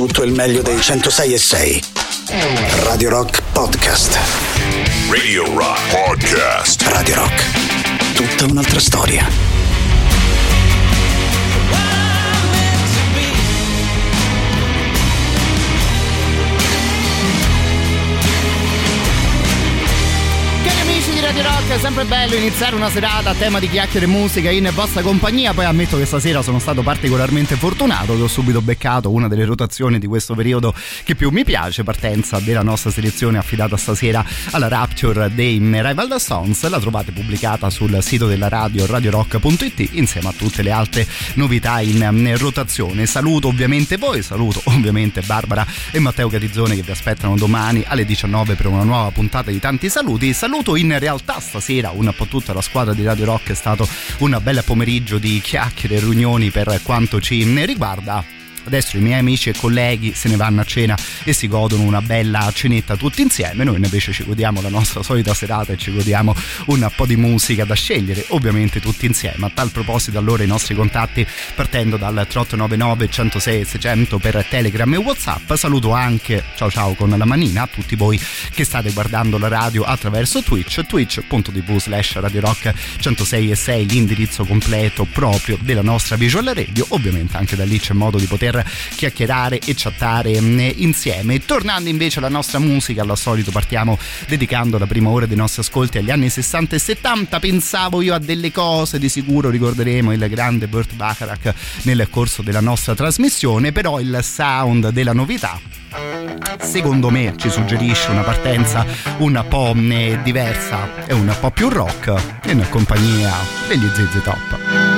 tutto il meglio dei 106.6. Radio Rock Podcast. Radio Rock Podcast. Radio Rock. Tutta un'altra storia. Radio Rock, è sempre bello iniziare una serata a tema di chiacchiere e musica in vostra compagnia. Poi ammetto che stasera sono stato particolarmente fortunato, che ho subito beccato una delle rotazioni di questo periodo che più mi piace, partenza della nostra selezione affidata stasera alla Rapture dei Rival Sons. La trovate pubblicata sul sito della radio radiorock.it insieme a tutte le altre novità in rotazione. Saluto ovviamente voi, saluto ovviamente Barbara e Matteo Catizzone che vi aspettano domani alle 19 per una nuova puntata di Tanti Saluti. Saluto in realtà stasera un po' tutta la squadra di Radio Rock. È stato un bel pomeriggio di chiacchiere e riunioni per quanto ci riguarda. Adesso i miei amici e colleghi se ne vanno a cena e si godono una bella cenetta tutti insieme. Noi invece ci godiamo la nostra solita serata e ci godiamo un po' di musica da scegliere, ovviamente tutti insieme. A tal proposito allora i nostri contatti partendo dal 3899 106 600 per Telegram e WhatsApp. Saluto anche ciao con la manina a tutti voi che state guardando la radio attraverso twitch.tv/Radio Rock 106.6, l'indirizzo completo proprio della nostra visual radio. Ovviamente anche da lì c'è modo di poter chiacchierare e chattare insieme. Tornando invece alla nostra musica, al solito partiamo dedicando la prima ora dei nostri ascolti agli anni 60 e 70. Pensavo io a delle cose, di sicuro ricorderemo il grande Burt Bacharach nel corso della nostra trasmissione, però il sound della novità secondo me ci suggerisce una partenza un po' diversa e un po' più rock in compagnia degli ZZ Top.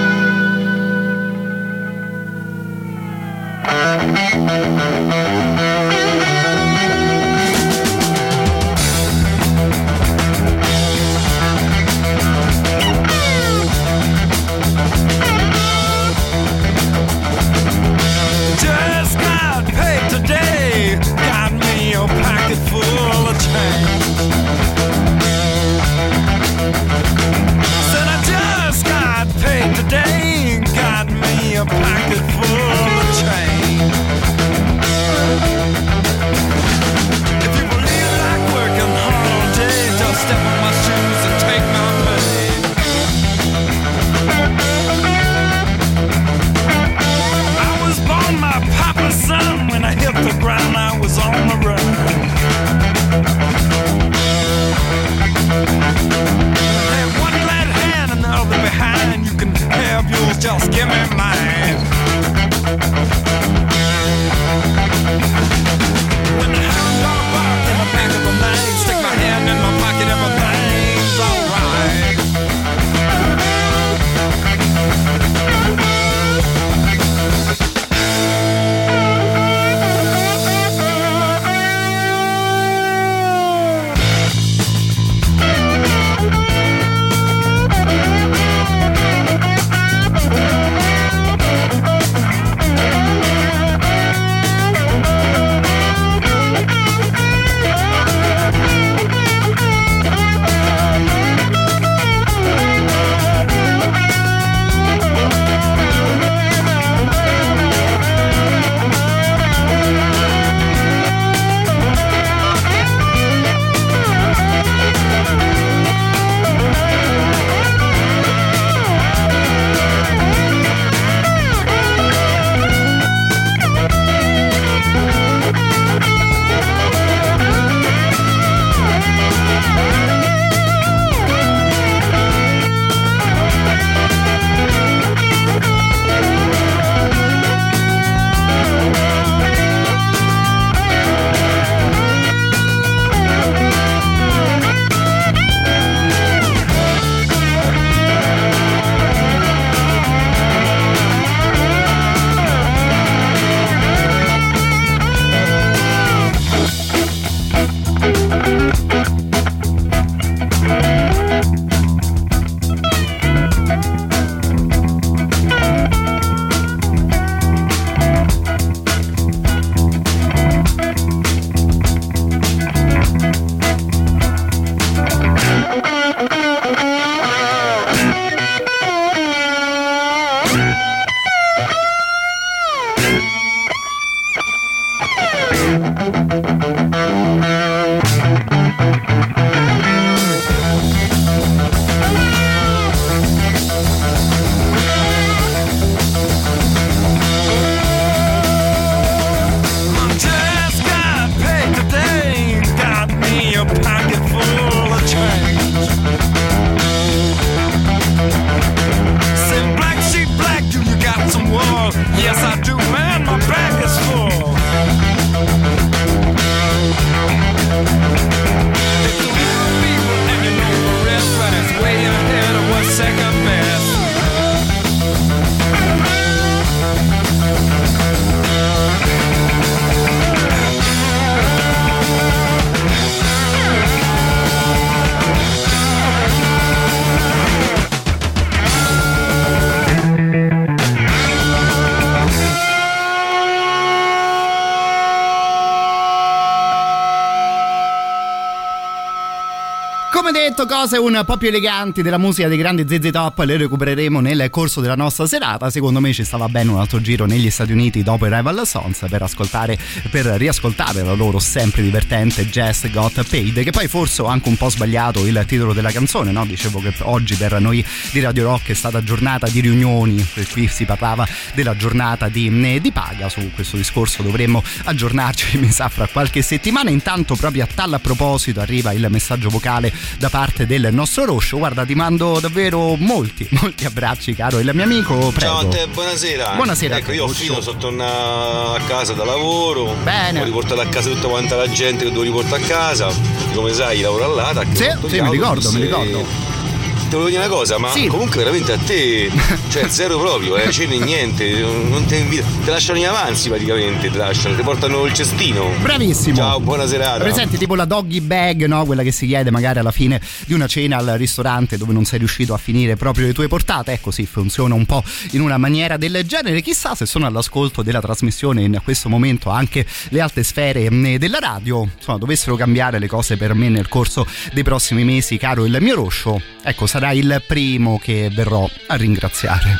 Just got paid today, got me a pocket full of change. Said I just got paid today, got me a pocket full of change. Yes, I do, man, my bag is full. It's the real people, and you know the real price, way ahead of what's second best. Come detto, cose un po' più eleganti della musica dei grandi ZZ Top le recupereremo nel corso della nostra serata. Secondo me ci stava bene un altro giro negli Stati Uniti dopo i Rival Sons per riascoltare la loro sempre divertente Just Got Paid, che poi forse ho anche un po' sbagliato il titolo della canzone, no? Dicevo che oggi per noi di Radio Rock è stata giornata di riunioni, per qui si parlava della giornata di paga. Su questo discorso dovremmo aggiornarci, mi sa, fra qualche settimana. Intanto, proprio a tal proposito, arriva il messaggio vocale da parte del nostro Roscio. Guarda, ti mando davvero molti abbracci, caro il mio amico. Prego. Ciao a te, buonasera. Buonasera. Ecco, io ho finito, sono tornato a casa da lavoro. Bene. Ho riportato a casa tutta quanta la gente che devo riportare a casa. Come sai, lavoro all'ATAC. Sì, mi ricordo. Te volevo dire una cosa, ma sì, comunque veramente a te, cioè zero proprio, cene niente, non ti invito, te lasciano gli avanzi praticamente, ti portano il cestino. Bravissimo. Ciao, buona serata. Presenti tipo la doggy bag, no? Quella che si chiede magari alla fine di una cena al ristorante dove non sei riuscito a finire proprio le tue portate. Ecco, sì, funziona un po' in una maniera del genere. Chissà se sono all'ascolto della trasmissione in questo momento anche le alte sfere della radio, insomma, dovessero cambiare le cose per me nel corso dei prossimi mesi, caro il mio Roscio. Ecco, sarà il primo che verrò a ringraziare.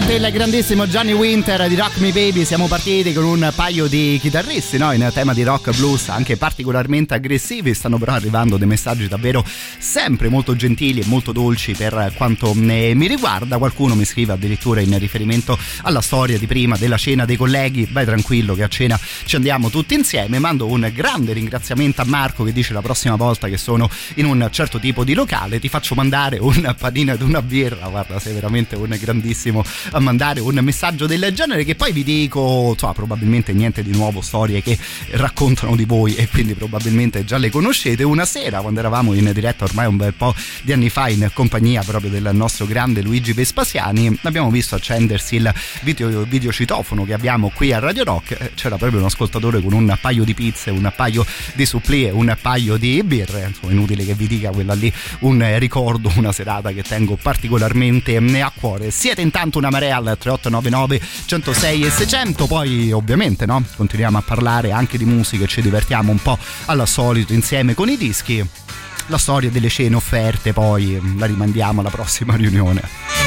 Ovviamente il grandissimo Johnny Winter di Rock Me Baby. Siamo partiti con un paio di chitarristi, no? In tema di rock blues anche particolarmente aggressivi. Stanno però arrivando dei messaggi davvero sempre molto gentili e molto dolci per quanto mi riguarda. Qualcuno mi scrive addirittura in riferimento alla storia di prima della cena dei colleghi: vai tranquillo che a cena ci andiamo tutti insieme. Mando un grande ringraziamento a Marco che dice: la prossima volta che sono in un certo tipo di locale ti faccio mandare un panino ed una birra. Guarda, sei veramente un grandissimo a mandare un messaggio del genere, che poi vi dico, insomma, probabilmente niente di nuovo, storie che raccontano di voi e quindi probabilmente già le conoscete. Una sera, quando eravamo in diretta ormai un bel po' di anni fa, in compagnia proprio del nostro grande Luigi Vespasiani, abbiamo visto accendersi il videocitofono che abbiamo qui a Radio Rock. C'era proprio un ascoltatore con un paio di pizze, un paio di supplì e un paio di birre. Insomma, inutile che vi dica, quella lì un ricordo, una serata che tengo particolarmente a cuore. Siete intanto una marea al 3899 106 e 600. Poi ovviamente, no, continuiamo a parlare anche di musica e ci divertiamo un po' al solito insieme con i dischi. La storia delle cene offerte poi la rimandiamo alla prossima riunione.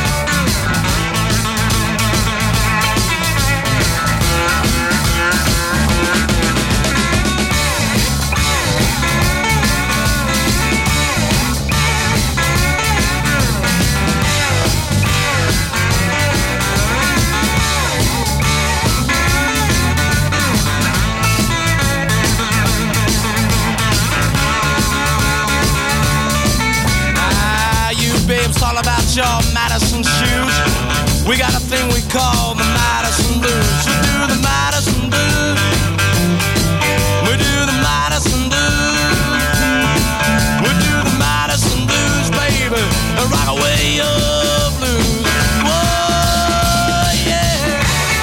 All about your Madison shoes. We got a thing we call the Madison Blues. We do the Madison Blues. We do the Madison Blues. We do the Madison Blues, baby. Rock away your blues. Whoa, yeah.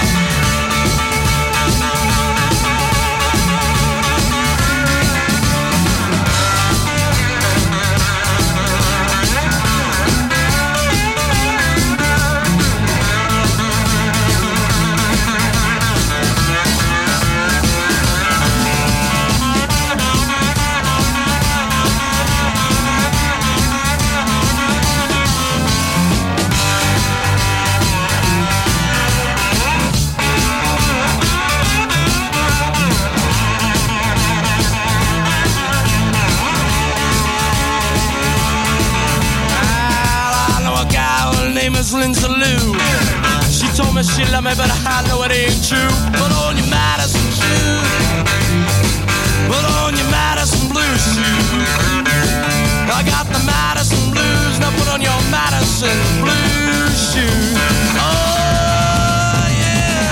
Miss Lindsay Lou. She told me she loved me, but I know it ain't true. Put on your Madison shoes. Put on your Madison Blues shoes. I got the Madison Blues. Now put on your Madison Blues shoes. Oh, yeah.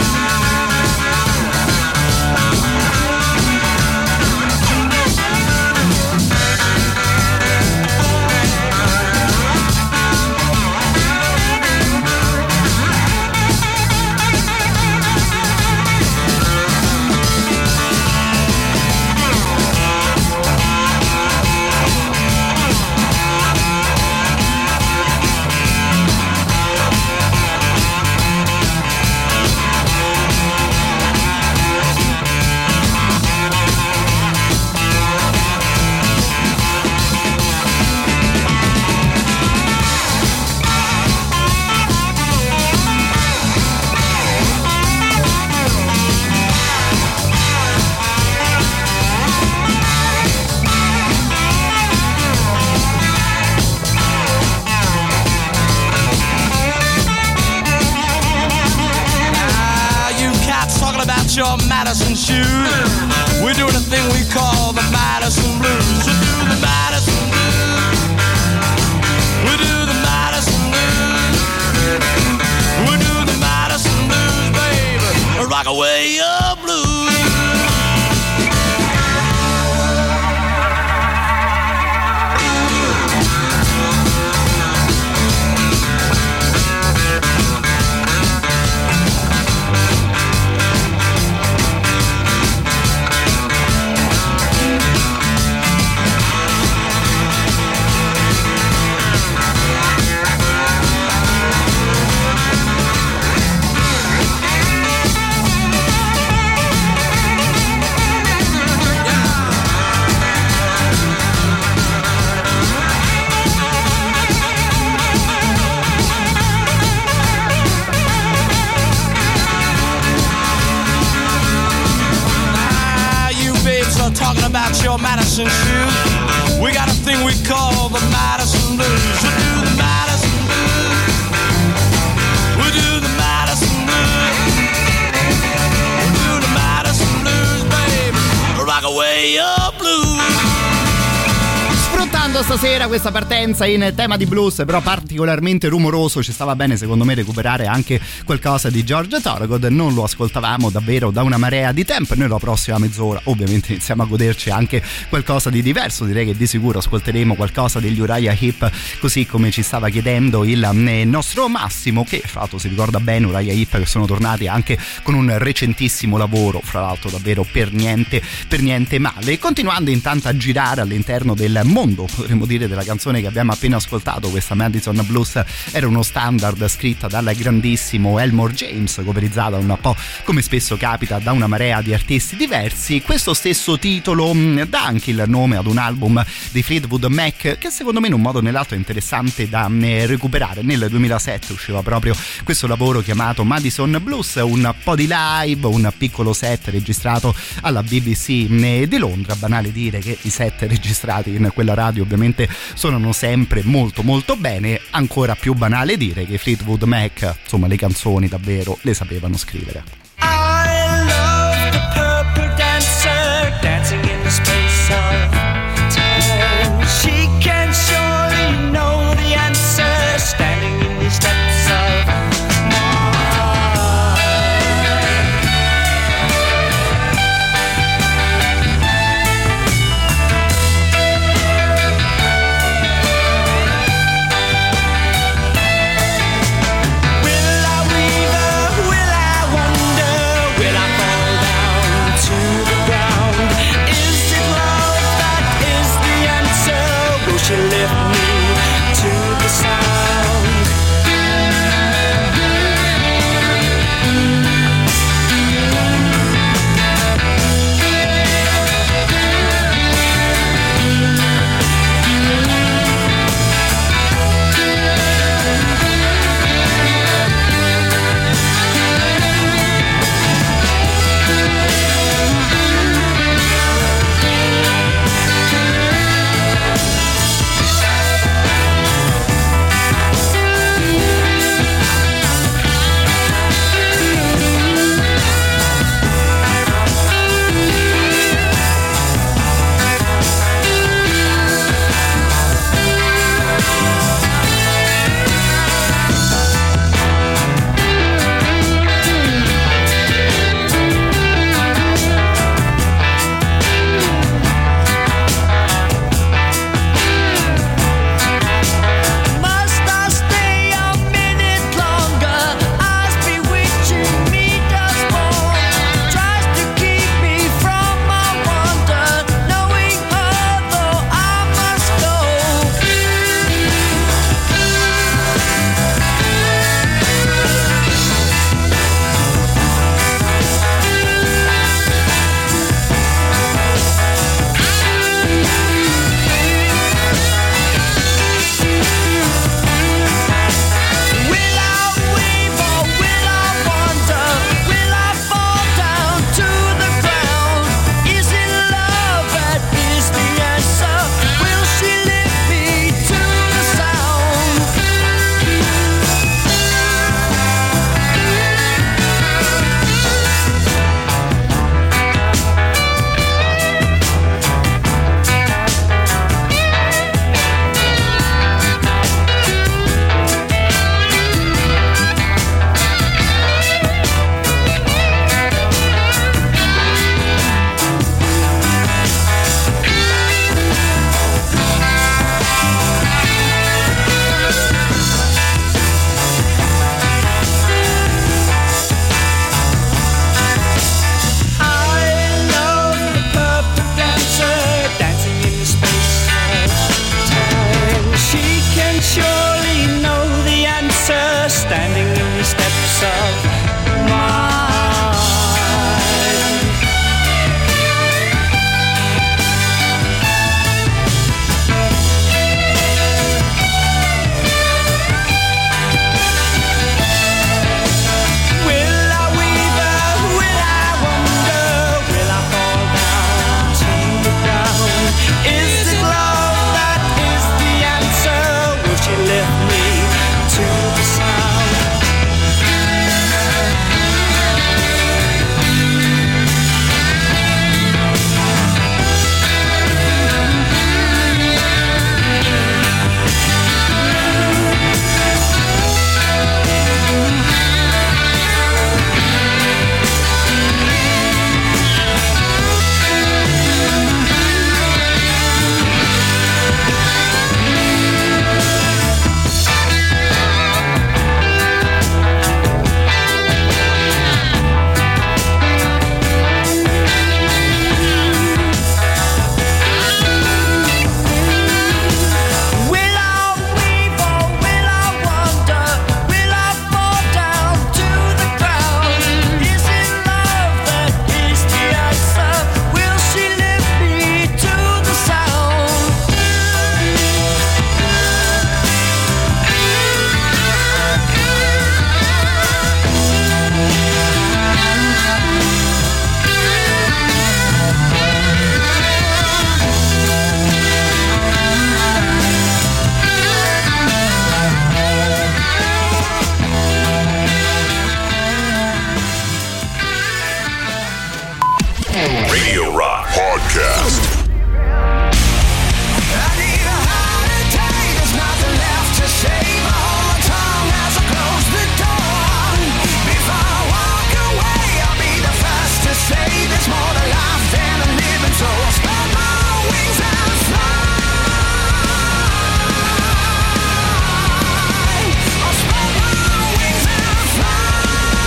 Your Madison shoes. We're doing a thing we call the Madison Blues. We do the Madison Blues. We do the Madison Blues. We do the Madison Blues, baby. Rock away your blues. talking about your Madison shoes. We got a thing we call the Madison Blues. We do the Madison Blues. We do the Madison Blues. We do the Madison Blues, baby. Rock away your blues. Sfruttando stasera questa partenza in tema di blues però particolarmente rumoroso, ci stava bene secondo me recuperare anche qualcosa di George Thorogood. Non lo ascoltavamo davvero da una marea di tempo e noi la prossima mezz'ora ovviamente iniziamo a goderci anche qualcosa di diverso. Direi che di sicuro ascolteremo qualcosa degli Uriah Heep, così come ci stava chiedendo il nostro Massimo, che fra l'altro si ricorda bene Uriah Heep, che sono tornati anche con un recentissimo lavoro, fra l'altro davvero per niente male. Continuando intanto a girare all'interno del mondo, potremmo dire, della canzone che abbiamo appena ascoltato, questa Madison Blues era uno standard scritta dal grandissimo Elmore James, coverizzata un po' come spesso capita da una marea di artisti diversi. Questo stesso titolo dà anche il nome ad un album di Fleetwood Mac che secondo me in un modo o nell'altro è interessante da recuperare. Nel 2007 usciva proprio questo lavoro chiamato Madison Blues, un po' di live, un piccolo set registrato alla BBC di Londra. Banale dire che i set registrati in quella radio ovviamente suonano sempre molto molto bene, ancora più banale dire che Fleetwood Mac insomma le canzoni davvero le sapevano scrivere. I love the purple dancer dancing in the space of time. She can surely know the answer standing in the steps of Will I weave her? Will I wonder? Radio Rock Podcast. Say there's more to life than a living, so I'll spread my wings and fly. I'll spread my wings and fly.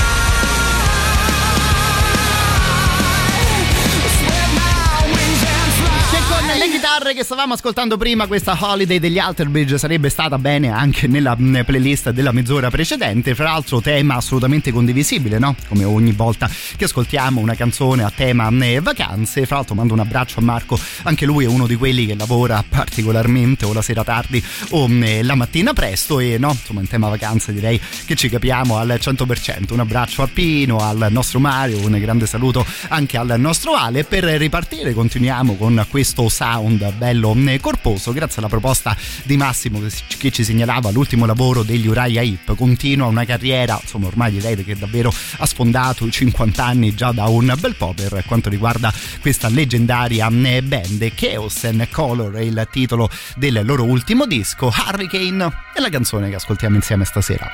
Spread my wings and fly. Che con le chitarre che stavamo ascoltando prima, questa Holiday degli Alter Bridge sarebbe stata bene anche nella playlist della mezz'ora precedente. Fra l'altro tema assolutamente condivisibile, no? Come ogni volta che ascoltiamo una canzone a tema vacanze. Fra l'altro mando un abbraccio a Marco, anche lui è uno di quelli che lavora particolarmente o la sera tardi o la mattina presto, e no, insomma in tema vacanze direi che ci capiamo al 100%. Un abbraccio a Pino, al nostro Mario, un grande saluto anche al nostro Ale. Per ripartire continuiamo con questo sound bello corposo, grazie alla proposta di Massimo che ci segnalava l'ultimo lavoro degli Uriah Heep. Continua una carriera, insomma ormai direi che davvero ha sfondato i 50 anni già da un bel po' per quanto riguarda questa leggendaria band. Chaos and Color è il titolo del loro ultimo disco. Hurricane è la canzone che ascoltiamo insieme stasera.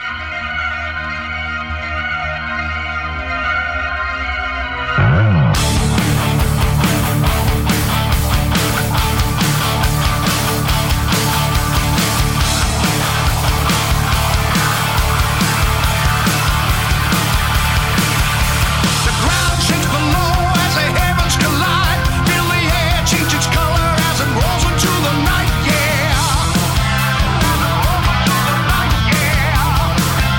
Yeah.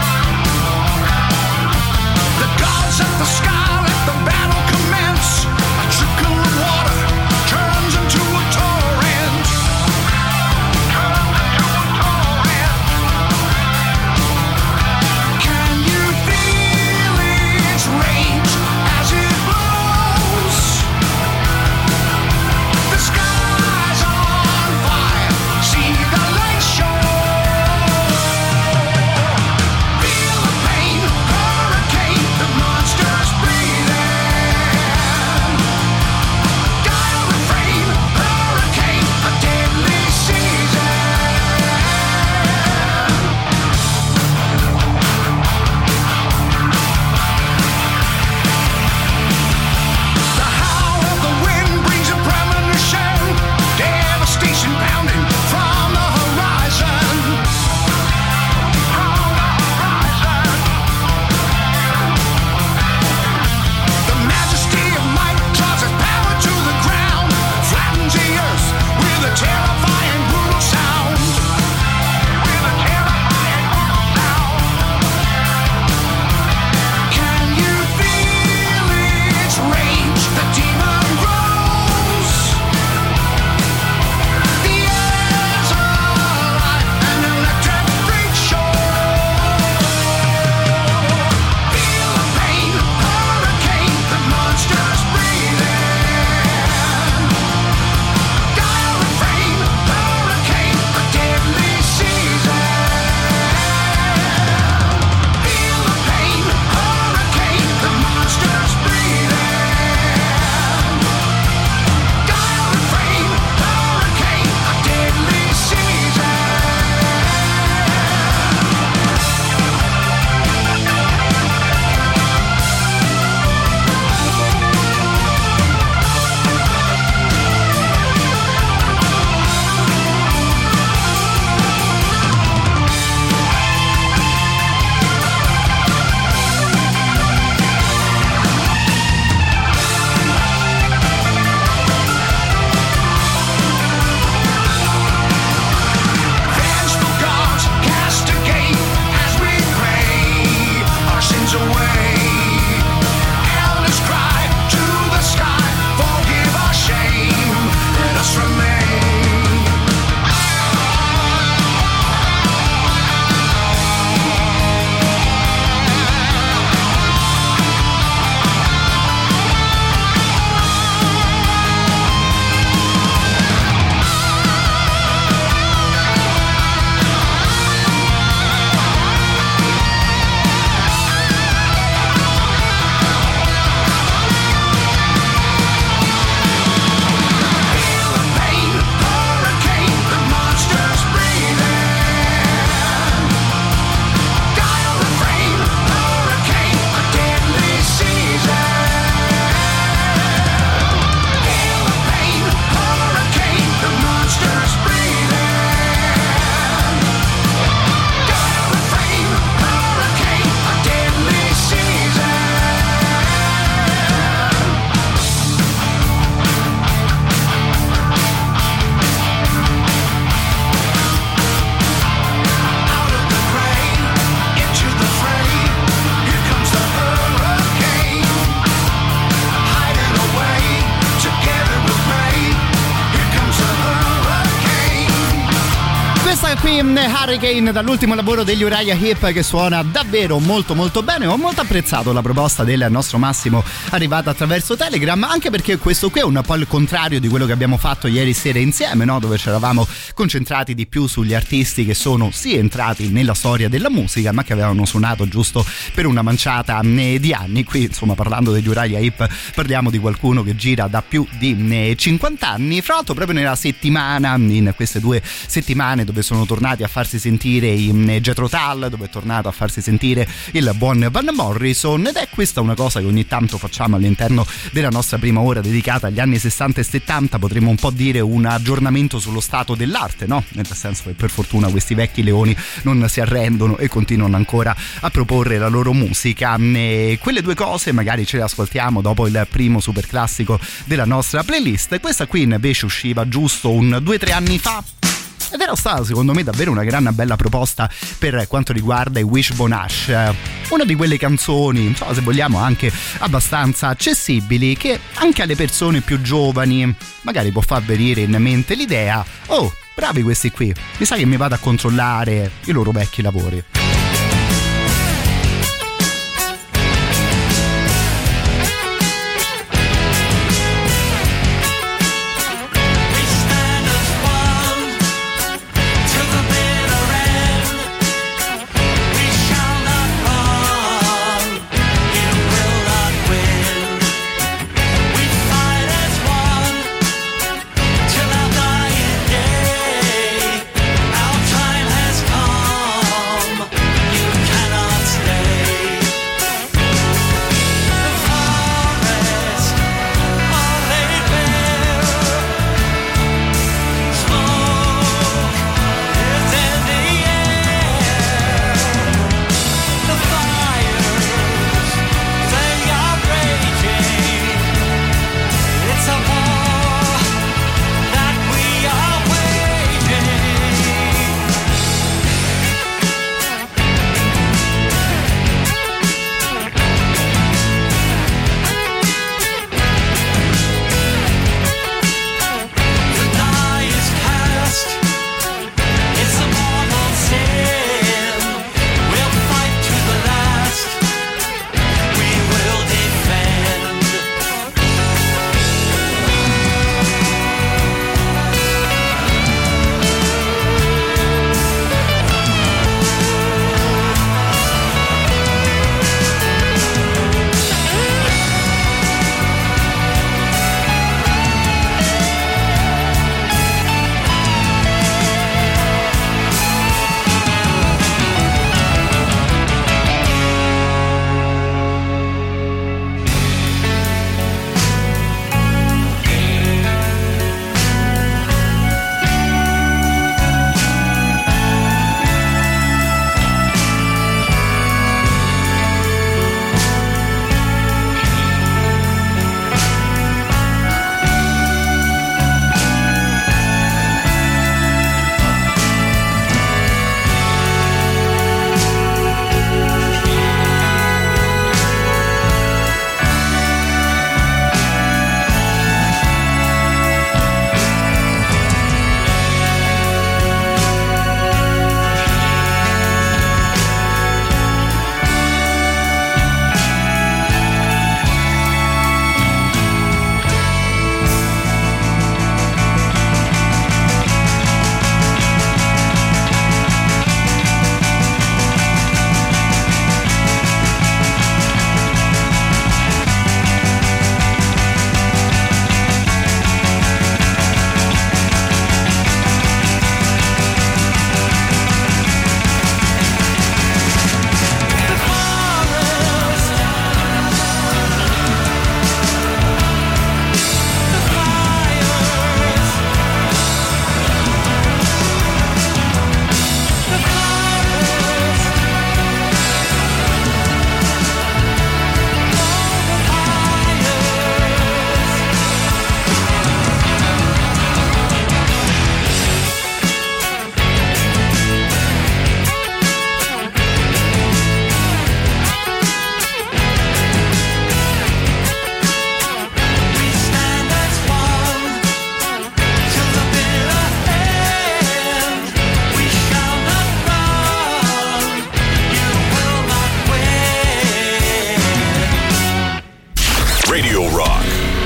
qui Hurricane dall'ultimo lavoro degli Uriah Heep, che suona davvero molto molto bene. Ho molto apprezzato la proposta del nostro Massimo arrivata attraverso Telegram, anche perché questo qui è un po' il contrario di quello che abbiamo fatto ieri sera insieme, no? Dove ci eravamo concentrati di più sugli artisti che sono sì entrati nella storia della musica, ma che avevano suonato giusto per una manciata di anni. Qui insomma, parlando degli Uriah Heep, parliamo di qualcuno che gira da più di 50 anni. Fra l'altro proprio nella settimana, in queste 2 settimane dove sono tornati a farsi sentire in Jethro Tull, dove è tornato a farsi sentire il buon Van Morrison, ed è questa una cosa che ogni tanto facciamo all'interno della nostra prima ora dedicata agli anni 60 e 70, potremmo un po' dire un aggiornamento sullo stato dell'arte, no? Nel senso che per fortuna questi vecchi leoni non si arrendono e continuano ancora a proporre la loro musica. E quelle 2 cose magari ce le ascoltiamo dopo il primo super classico della nostra playlist. Questa qui invece usciva giusto 2-3 anni fa ed era stata secondo me davvero una gran bella proposta per quanto riguarda i Wishbone Ash, una di quelle canzoni, insomma, se vogliamo anche abbastanza accessibili, che anche alle persone più giovani magari può far venire in mente l'idea: oh, bravi questi qui, mi sa che mi vado a controllare i loro vecchi lavori. Our time has come.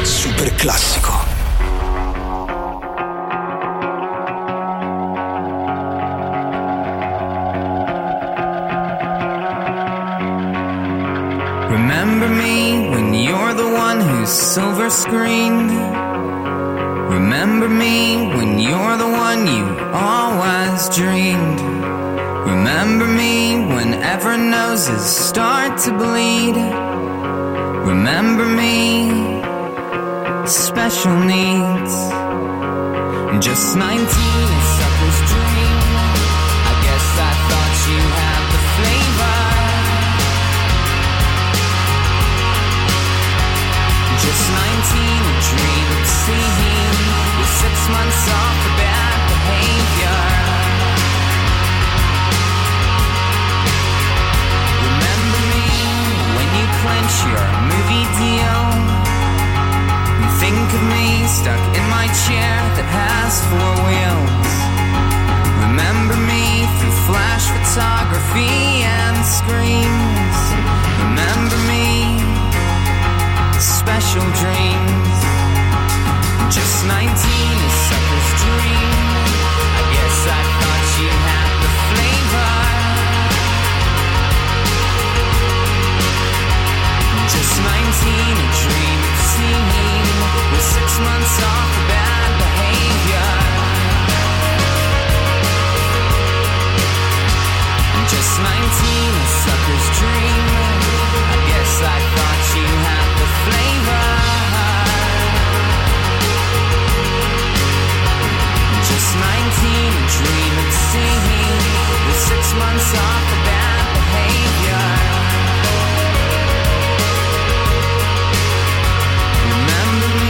super classico. Remember me when you're the one who's silver screened. Remember me when you're the one you always dreamed. Remember me whenever noses start to bleed. Remember me, special needs. Just 19, a sucker's dream. I guess I thought you had the flavor. Just 19, a dream of seeing, with 6 months off for bad behavior. Remember me when you clench your movie deal. You think of me stuck in my chair that has 4 wheels. Remember me through flash photography and screens. Remember me, special dreams. Just 19, a sucker's dream. I guess I thought you had the flavor. Just 19, a dream of seeing, with 6 months off for bad behavior. Just 19, a sucker's dream. I guess I thought you had the flavor. Just 19, a dream of seeing, with 6 months off for bad behavior. Remember me.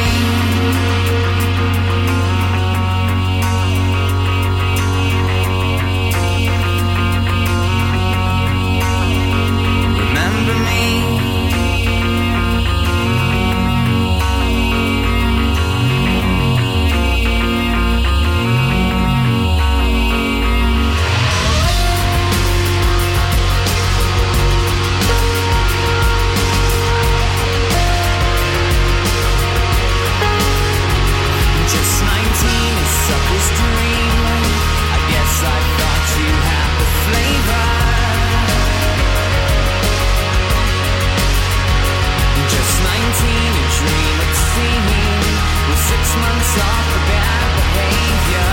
Remember me. Just 19, a sucker's dream. I guess I thought you had the flavor. Just 19, a dream of seeing, with 6 months off for bad behavior.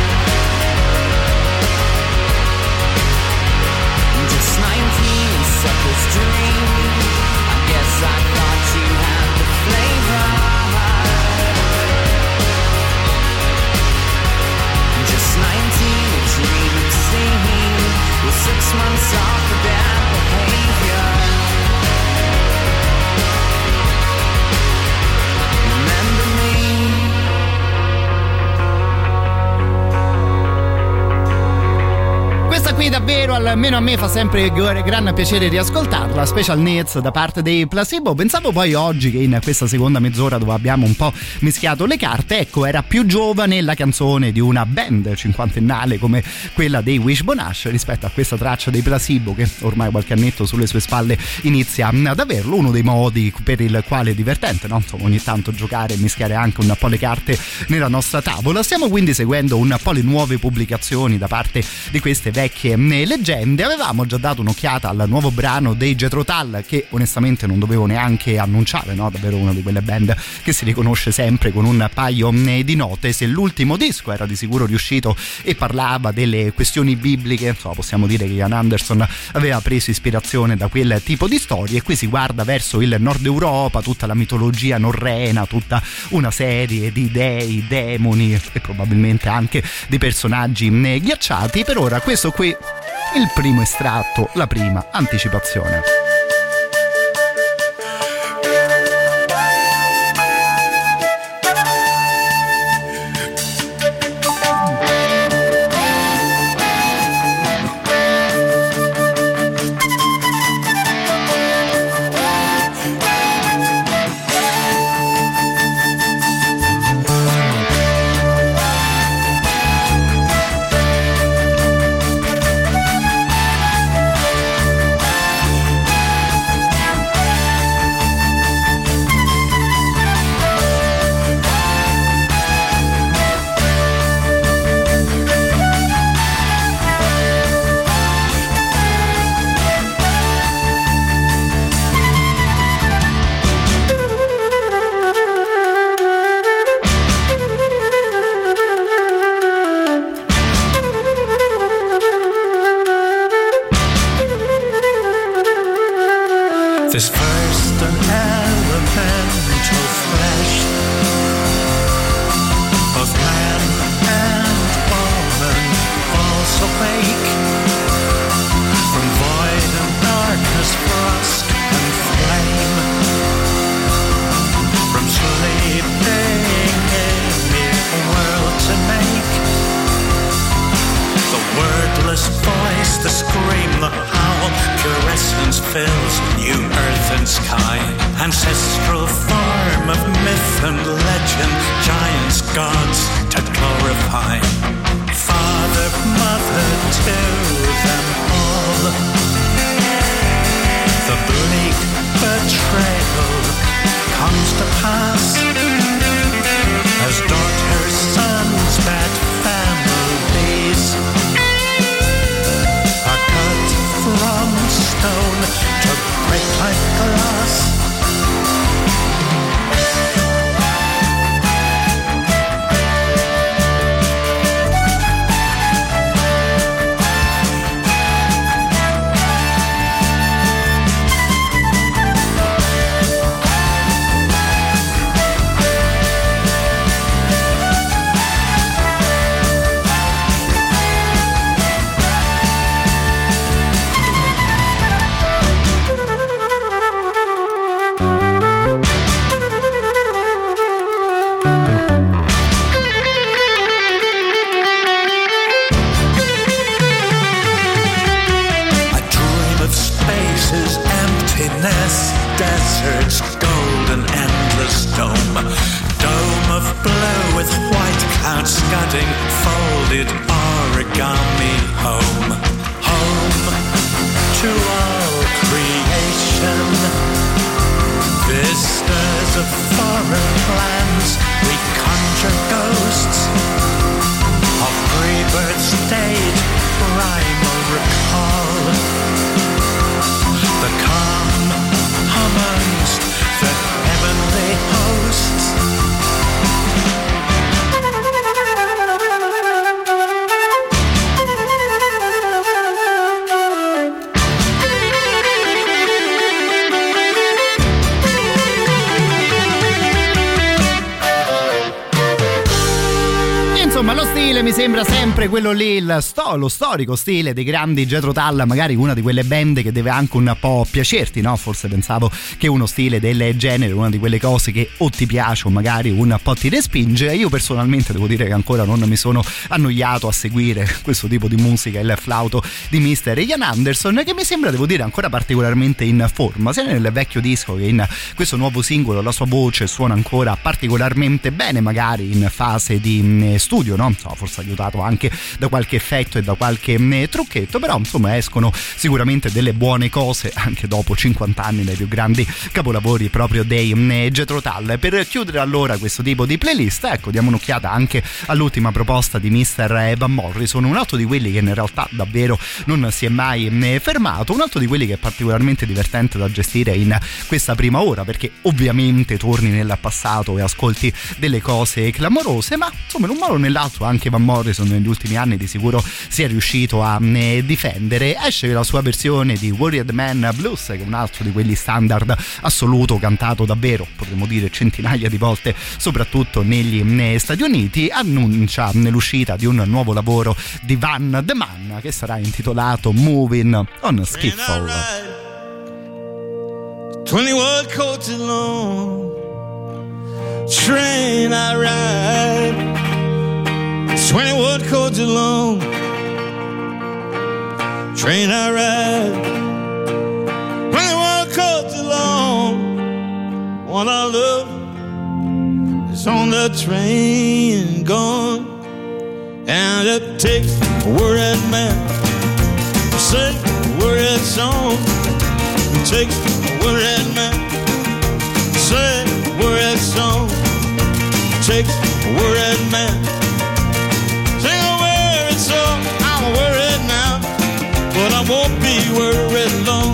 Just 19, a sucker's dream. I guess I thought you had the flavor. Just 19, a dream of seeing, with 6 months off for bad behavior. Remember me. Questa qui davvero, almeno a me, fa sempre gran piacere riascoltarla. Special Needs da parte dei Placebo. Pensavo poi oggi che in questa seconda mezz'ora, dove abbiamo un po' mischiato le carte, ecco, era più giovane la canzone di una band cinquantennale come quella dei Wishbone Ash rispetto a questa traccia dei Placebo, che ormai qualche annetto sulle sue spalle inizia ad averlo. Uno dei modi per il quale è divertente, no? Insomma, ogni tanto giocare e mischiare anche un po' le carte nella nostra tavola. Stiamo quindi seguendo un po' le nuove pubblicazioni da parte di queste vecchie leggende. Avevamo già dato un'occhiata al nuovo brano dei Jethro Tull, che onestamente non dovevo neanche annunciare, no? Davvero una di quelle band che si riconosce sempre con un paio di note. Se l'ultimo disco era di sicuro riuscito e parlava delle questioni bibliche, insomma, possiamo dire che Ian Anderson aveva preso ispirazione da quel tipo di storie, e qui si guarda verso il nord Europa, tutta la mitologia norrena, tutta una serie di dei, demoni e probabilmente anche di personaggi ghiacciati. Per ora questo qui, il primo estratto, la prima anticipazione. the scream, the howl, pure essence fills new earth and sky. Ancestral form of myth and legend, giants, gods to glorify. Father, mother to them all. The bleak betrayal comes to pass as daughters, sons, bad families are cut from stone to break like glass. Deserts, golden, endless dome. Dome of blue with white clouds scudding, folded origami home. Home to all creation. Vistas of foreign lands, we conjure ghosts of rebirth state, primal recall. The calm amongst the heavenly hosts. Insomma, lo stile mi sembra sempre quello lì, lo storico stile dei grandi Jethro Tull, magari una di quelle band che deve anche un po' piacerti, no? Forse pensavo che uno stile del genere, una di quelle cose che o ti piace o magari un po' ti respinge. Io personalmente devo dire che ancora non mi sono annoiato a seguire questo tipo di musica, il flauto di Mr. Ian Anderson, che mi sembra, devo dire, ancora particolarmente in forma, sia nel vecchio disco che in questo nuovo singolo. La sua voce suona ancora particolarmente bene, magari in fase di studio, no? Insomma, forse aiutato anche da qualche effetto e da qualche trucchetto, però insomma escono sicuramente delle buone cose anche dopo 50 anni dai più grandi capolavori proprio dei Jethro Tull. Per chiudere allora questo tipo di playlist, ecco, diamo un'occhiata anche all'ultima proposta di Mr. Van Morrison, un altro di quelli che in realtà davvero non si è mai fermato, un altro di quelli che è particolarmente divertente da gestire in questa prima ora, perché ovviamente torni nel passato e ascolti delle cose clamorose, ma insomma in un modo o nell'altro anche Van Morrison negli ultimi anni di sicuro si è riuscito a difendere. Esce la sua versione di Worried Man Blues, che è un altro di quelli standard assoluto, cantato davvero, potremmo dire, centinaia di volte, soprattutto negli Stati Uniti. Annuncia l'uscita di un nuovo lavoro di Van the Man che sarà intitolato Moving on Skiffle. 21 coaches long, train I ride. 21 coaches long, train I ride. 21 coaches long, one I love is on the train gone. And it takes a worried man to sing a worried song. It takes a worried man to sing a worried song. It takes a worried man. Sing a worried song. I'm worried now, but I won't be worried long.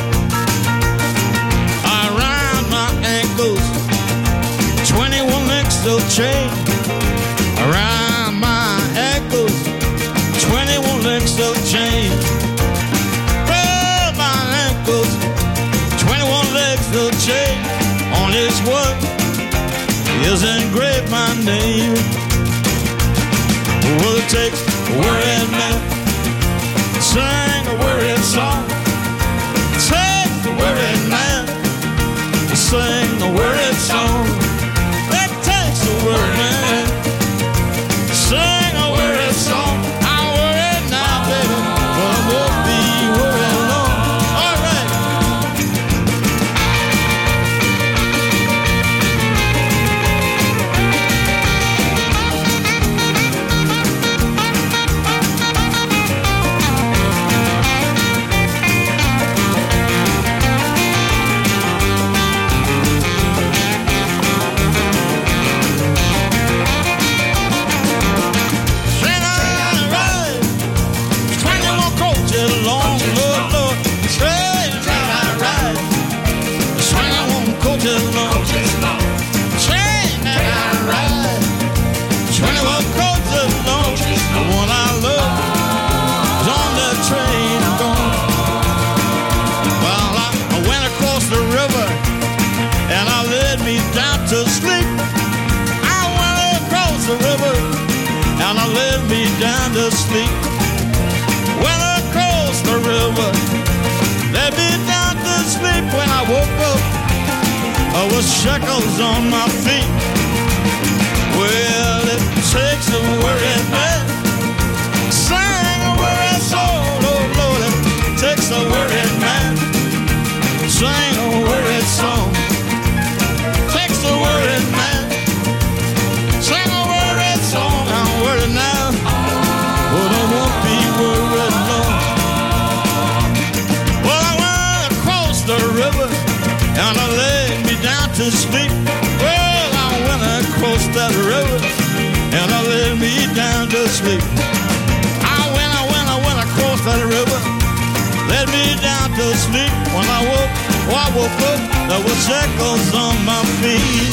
I round my ankles, 21 links of chain. Around my ankles, 21 links of chain. Around my ankles, 21 links of chain. On this one is engraved my name. Well, it takes a worried man to sing a worried song. It takes a worried man to sing a worried song. It takes a worried man to sing a worried song. I'm worried now, baby, but I won't me down to sleep. When I crossed the river, led me down to sleep. When I woke up, I was shackles on my feet. Well, it takes a worried man, sing a worried soul. Oh Lord, it takes a worried man, sing a worried song. Takes a worried man, sing a worried song. I'm worried now, but I won't be worried long. Well, I went across the river and I laid me down to sleep. Well, I went across that river and I laid me down to sleep. I went across that river, laid me down to sleep. When I woke up, there was shackles on my feet.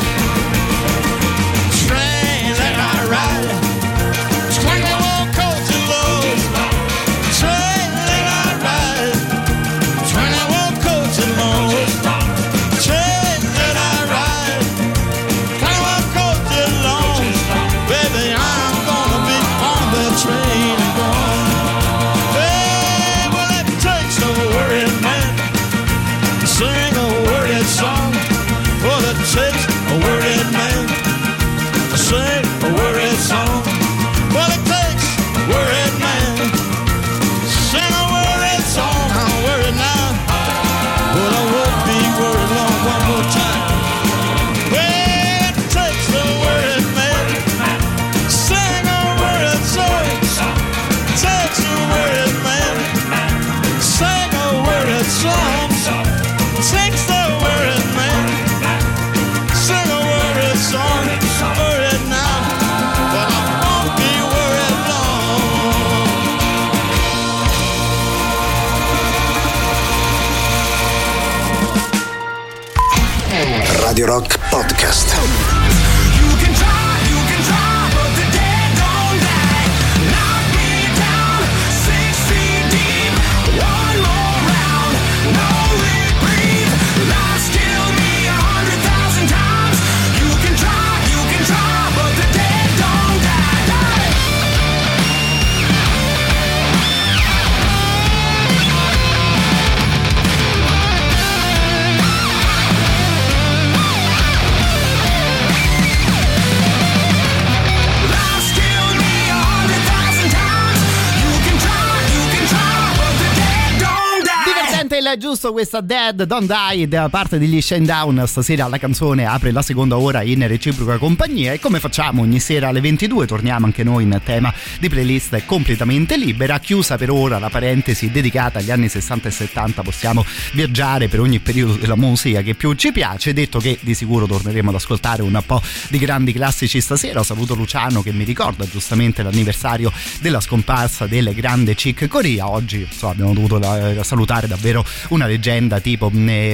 Train that I ride, 21 coaches low. Train that I ride, 21 coaches low. Train that I ride, 21 coaches long. Baby, I'm gonna be on the train and gone. Hey, well, it takes a worried man, sing a worried song. Well, it takes a worried man, sing a worried song. Well, it takes a worried man, sing a worried song. I'm worried now, but I won't be worried long. One more time. Well, it takes a worried man, sing a worried song. Takes a worried man, sing a worried song. Takes a worried man, sing a worried song. Worried now, but I won't be worried long. Radio Rock Podcast. Giusto, questa Dead Don't Die da parte degli Shinedown. Stasera la canzone apre la seconda ora in reciproca compagnia e come facciamo ogni sera alle 22 torniamo anche noi in tema di playlist completamente libera. Chiusa per ora la parentesi dedicata agli anni 60 e 70, possiamo viaggiare per ogni periodo della musica che più ci piace. Detto che di sicuro torneremo ad ascoltare un po' di grandi classici stasera. Saluto Luciano che mi ricorda giustamente l'anniversario della scomparsa del grande Chick Corea. Oggi abbiamo dovuto salutare davvero una leggenda tipo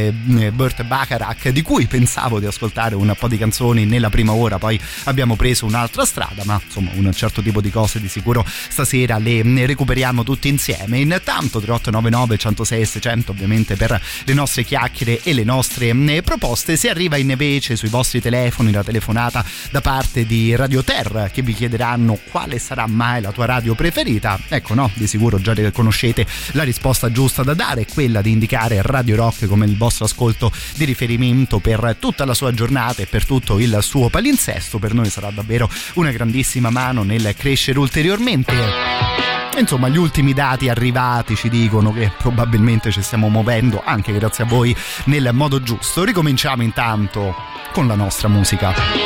Burt Bacharach, di cui pensavo di ascoltare un po' di canzoni nella prima ora, poi abbiamo preso un'altra strada, ma insomma un certo tipo di cose di sicuro stasera le recuperiamo tutti insieme. Intanto 3899 106 600 ovviamente per le nostre chiacchiere e le nostre proposte. Se arriva invece sui vostri telefoni la telefonata da parte di Radio Terra che vi chiederanno quale sarà mai la tua radio preferita, ecco, no, di sicuro già conoscete la risposta giusta da dare, quella di indicare Radio Rock come il vostro ascolto di riferimento per tutta la sua giornata e per tutto il suo palinsesto. Per noi sarà davvero una grandissima mano nel crescere ulteriormente. Insomma, gli ultimi dati arrivati ci dicono che probabilmente ci stiamo muovendo anche grazie a voi nel modo giusto. Ricominciamo intanto con la nostra musica.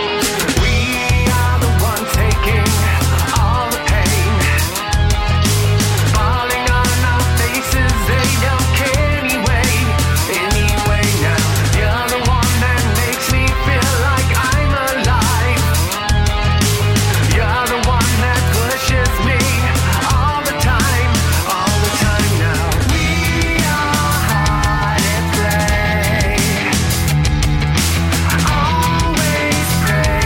Pray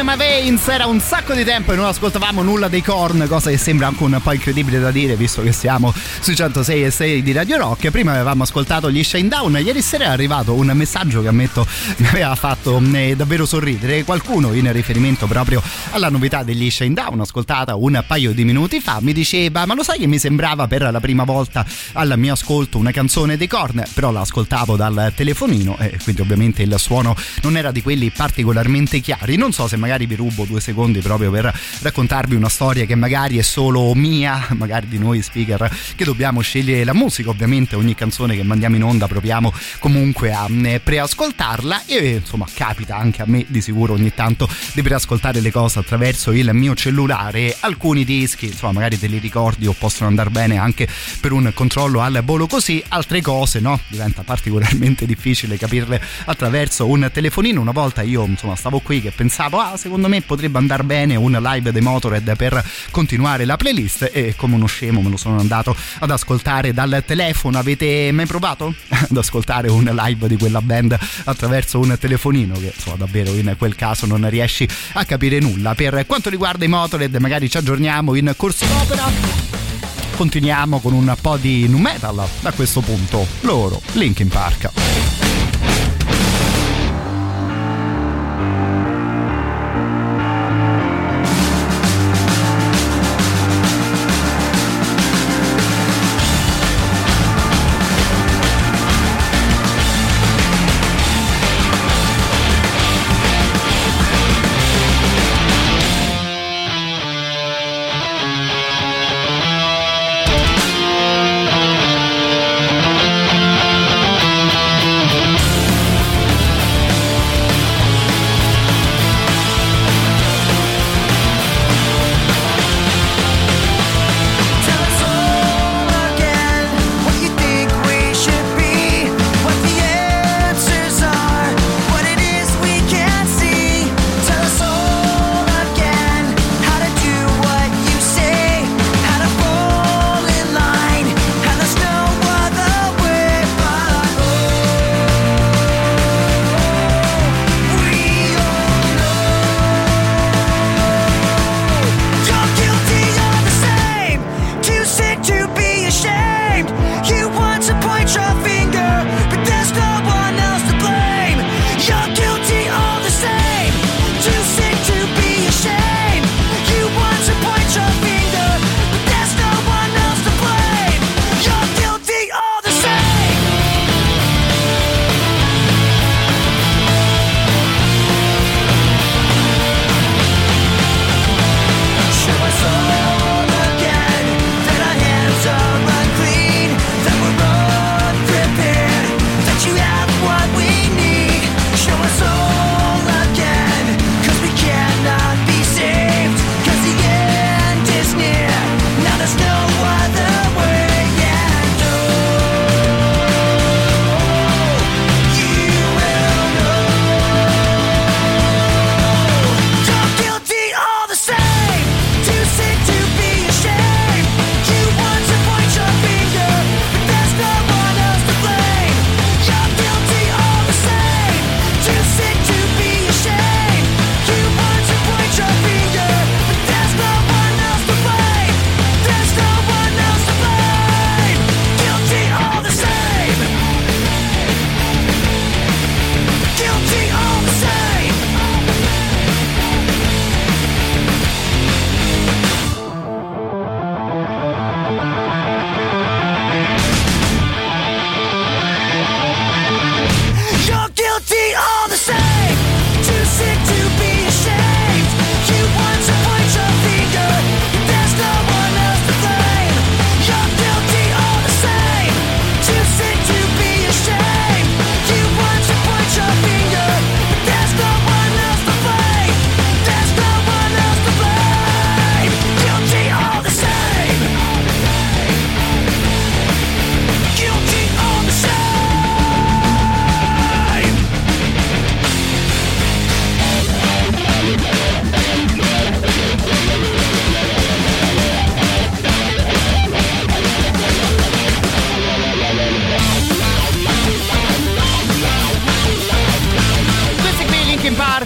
My Veins, era un sacco di tempo e non ascoltavamo nulla dei Korn, cosa che sembra anche un po' incredibile da dire visto che siamo sui 106.6 di Radio Rock. Prima avevamo ascoltato gli Shinedown. Ieri sera è arrivato un messaggio che ammetto mi aveva fatto davvero sorridere, qualcuno in riferimento proprio alla novità degli Shinedown ascoltata un paio di minuti fa mi diceva: ma lo sai che mi sembrava per la prima volta al mio ascolto una canzone dei Korn, però l'ascoltavo dal telefonino e quindi ovviamente il suono non era di quelli particolarmente chiari. Non so se magari vi rubo 2 secondi proprio per raccontarvi una storia che magari è solo mia, magari di noi speaker che dobbiamo scegliere la musica. Ovviamente ogni canzone che mandiamo in onda proviamo comunque a preascoltarla e insomma capita anche a me di sicuro ogni tanto di preascoltare le cose attraverso il mio cellulare. Alcuni dischi insomma magari te li ricordi o possono andare bene anche per un controllo al volo così, altre cose no, diventa particolarmente difficile capirle attraverso un telefonino. Una volta io insomma stavo qui che pensavo secondo me potrebbe andare bene un live dei Motorhead per continuare la playlist e come uno scemo me lo sono andato ad ascoltare dal telefono. Avete mai provato ad ascoltare un live di quella band attraverso un telefonino? Che insomma davvero in quel caso non riesci a capire nulla. Per quanto riguarda i Motorhead magari ci aggiorniamo in corso d'opera. Continuiamo con un po' di nu metal da questo punto, loro Linkin Park.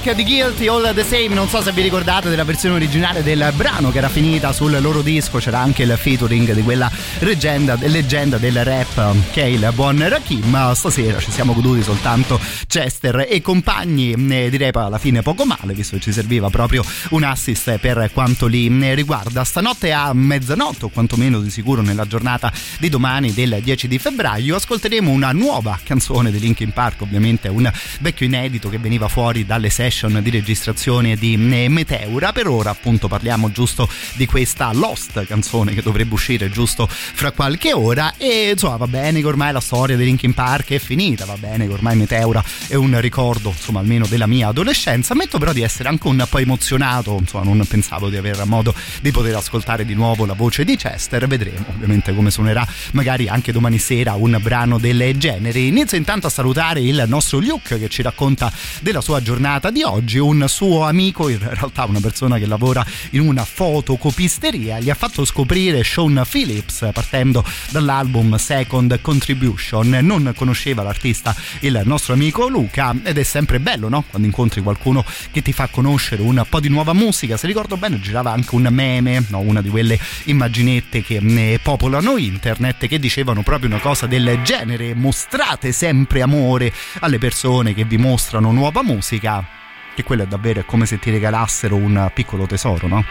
Rock di Guilty All The Same. Non so se vi ricordate della versione originale del brano che era finita sul loro disco, c'era anche il featuring di quella leggenda del rap che è il buon Rakim. Stasera ci siamo goduti soltanto Chester e compagni, direi poi alla fine poco male, visto che ci serviva proprio un assist per quanto li riguarda. Stanotte a mezzanotte, o quantomeno di sicuro nella giornata di domani del 10 di febbraio, ascolteremo una nuova canzone di Linkin Park, ovviamente un vecchio inedito che veniva fuori dalle session di registrazione di Meteora. Per ora appunto parliamo giusto di questa Lost, canzone che dovrebbe uscire giusto fra qualche ora, e insomma va bene che ormai la storia di Linkin Park è finita, va bene che ormai Meteora è un ricordo insomma almeno della mia adolescenza. Ammetto però di essere anche un po' emozionato, insomma non pensavo di aver modo di poter ascoltare di nuovo la voce di Chester. Vedremo ovviamente come suonerà magari anche domani sera un brano del genere. Inizio intanto a salutare il nostro Luke che ci racconta della sua giornata di oggi. Un suo amico, in realtà una persona che lavora in una fotocopisteria, gli ha fatto scoprire Sean Phillips partendo dall'album Second Contribution. Non conosceva l'artista il nostro amico Luca, ed è sempre bello, no? Quando incontri qualcuno che ti fa conoscere un po' di nuova musica. Se ricordo bene girava anche un meme, no? Una di quelle immaginette che popolano internet, che dicevano proprio una cosa del genere: mostrate sempre amore alle persone che vi mostrano nuova musica, che quello è davvero come se ti regalassero un piccolo tesoro, no?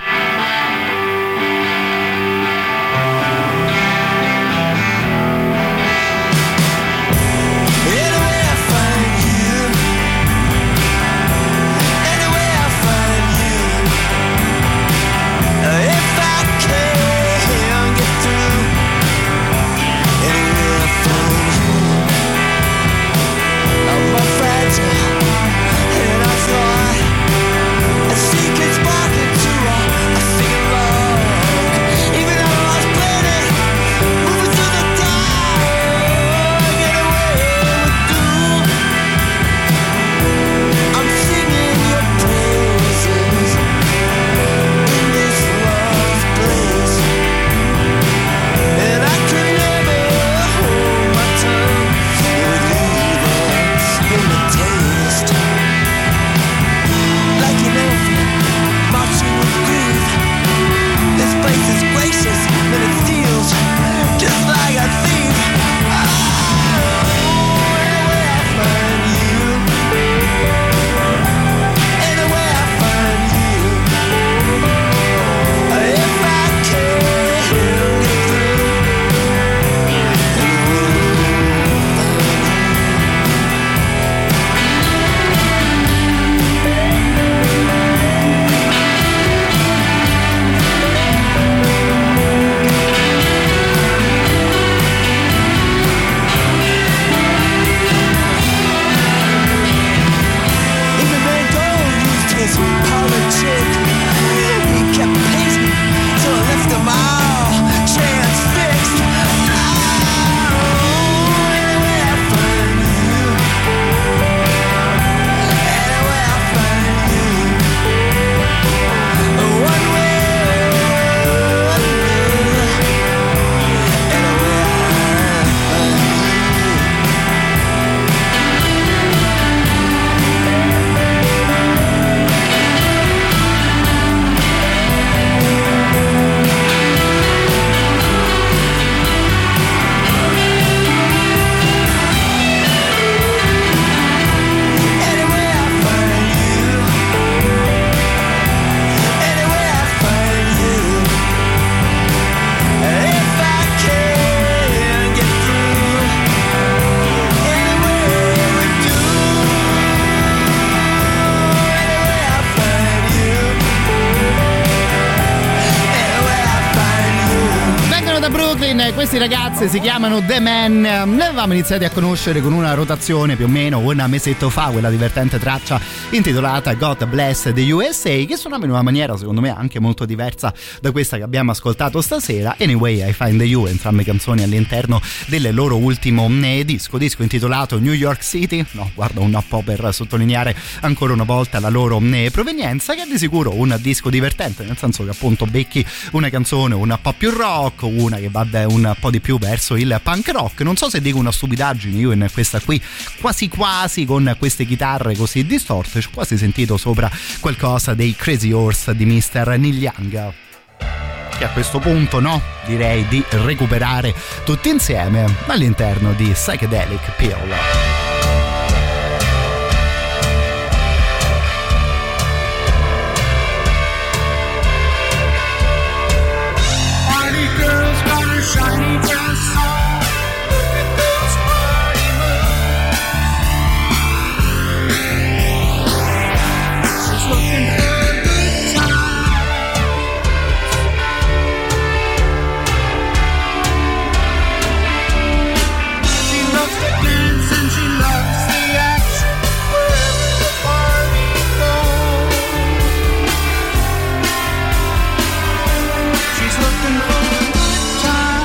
Questi ragazzi si chiamano The Man, ne avevamo iniziati a conoscere con una rotazione più o meno un mesetto fa, quella divertente traccia intitolata God Bless the USA, che suonava in una maniera secondo me anche molto diversa da questa che abbiamo ascoltato stasera. Anyway, I Find You, entrambe canzoni all'interno del loro ultimo disco intitolato New York City. No, guarda, un po' per sottolineare ancora una volta la loro provenienza, che è di sicuro un disco divertente, nel senso che appunto becchi una canzone un po' più rock, una che va un po' di più verso il punk rock. Non so se dico una stupidaggine io in questa qui, quasi quasi con queste chitarre così distorte, ho quasi sentito sopra qualcosa dei Crazy Horse di Mr. Neil Young, che a questo punto direi di recuperare tutti insieme all'interno di Psychedelic Pill. Shiny dress on, look at those party moves. She's looking for a good time. She loves to dance and she loves the action wherever the party goes. She's looking for a good time.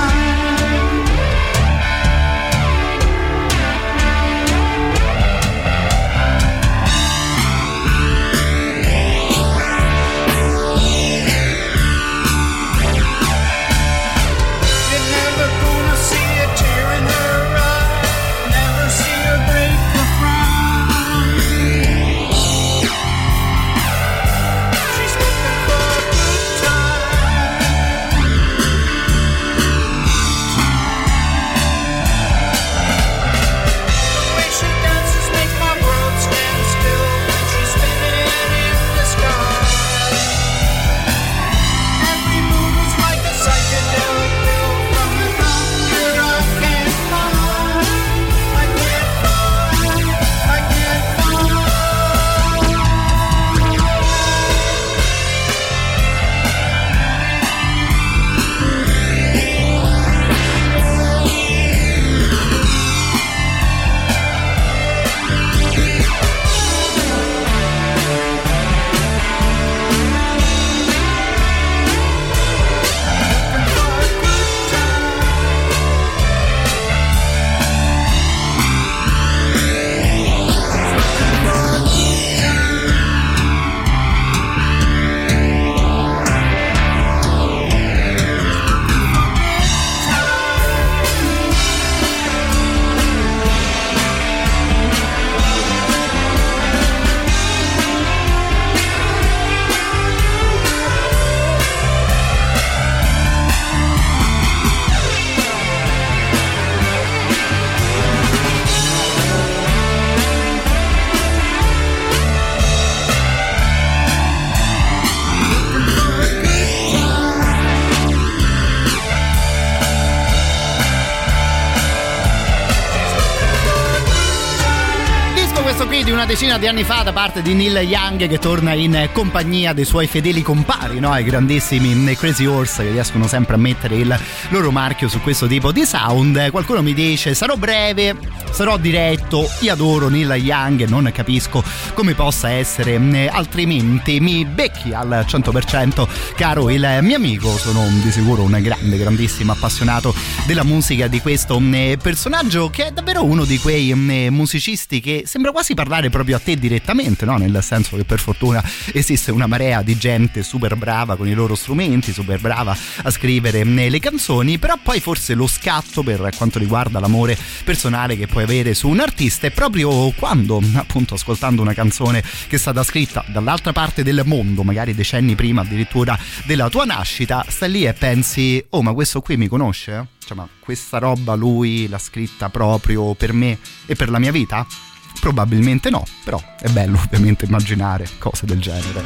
Di una decina di anni fa da parte di Neil Young, che torna in compagnia dei suoi fedeli compari, i grandissimi Crazy Horse, che riescono sempre a mettere il loro marchio su questo tipo di sound. Qualcuno mi dice: sarò breve, sarò diretto, io adoro Neil Young, non capisco come possa essere altrimenti. Mi becchi al 100%, caro il mio amico. Sono di sicuro un grandissimo appassionato della musica di questo personaggio, che è davvero uno di quei musicisti che sembra quasi parlare proprio a te direttamente, nel senso che per fortuna esiste una marea di gente super brava con i loro strumenti, super brava a scrivere le canzoni, però poi forse lo scatto per quanto riguarda l'amore personale che puoi avere su un artista è proprio quando, appunto, ascoltando una canzone che è stata scritta dall'altra parte del mondo, magari decenni prima addirittura della tua nascita, stai lì e pensi: oh, ma questo qui mi conosce? Cioè, ma questa roba lui l'ha scritta proprio per me e per la mia vita? Probabilmente no, però è bello ovviamente immaginare cose del genere.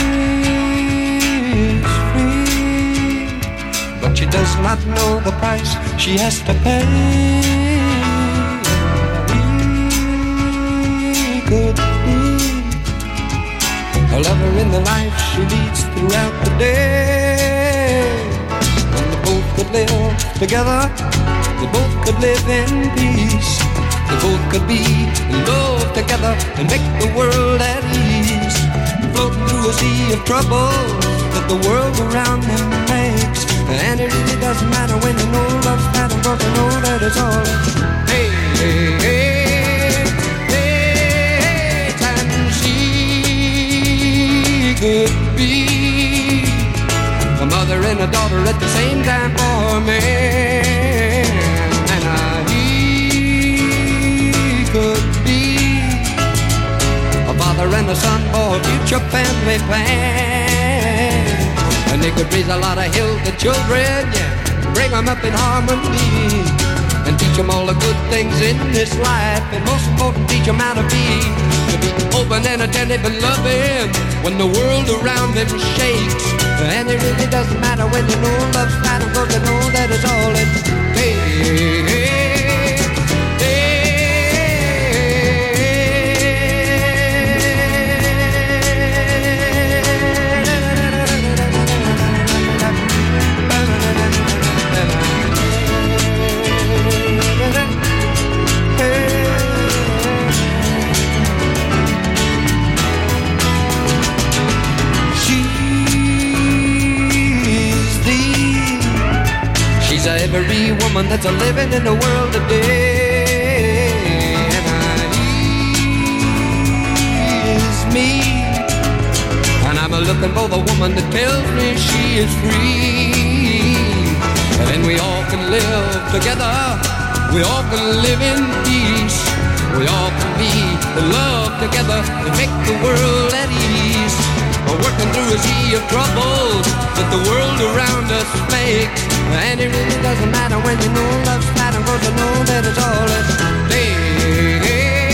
But she does not know the price she has to pay. Could be a lover in the life she leads throughout the day. When they both could live together, they both could live in peace. They both could be in love together and make the world at ease. Floating through a sea of trouble that the world around them makes. And it really doesn't matter when you know love's pattern, but you know that it's all. Hey, hey, hey, hey, and she could be a mother and a daughter at the same time for me. a son for a future family plan. And they could raise a lot of healthy children, yeah, bring them up in harmony, and teach them all the good things in this life, and most important, teach them how to be open and attentive and loving when the world around them shakes. And it really doesn't matter when you know love's matter, because you know that it's all it takes. Every woman that's a living in the world today, and is me. And I'm looking for the woman that tells me she is free. And then we all can live together, we all can live in peace, we all can be in love together and make the world at ease. We're working through a sea of troubles that the world around us makes. And it really doesn't matter when you know love's matter, cause you know that it's all at stake.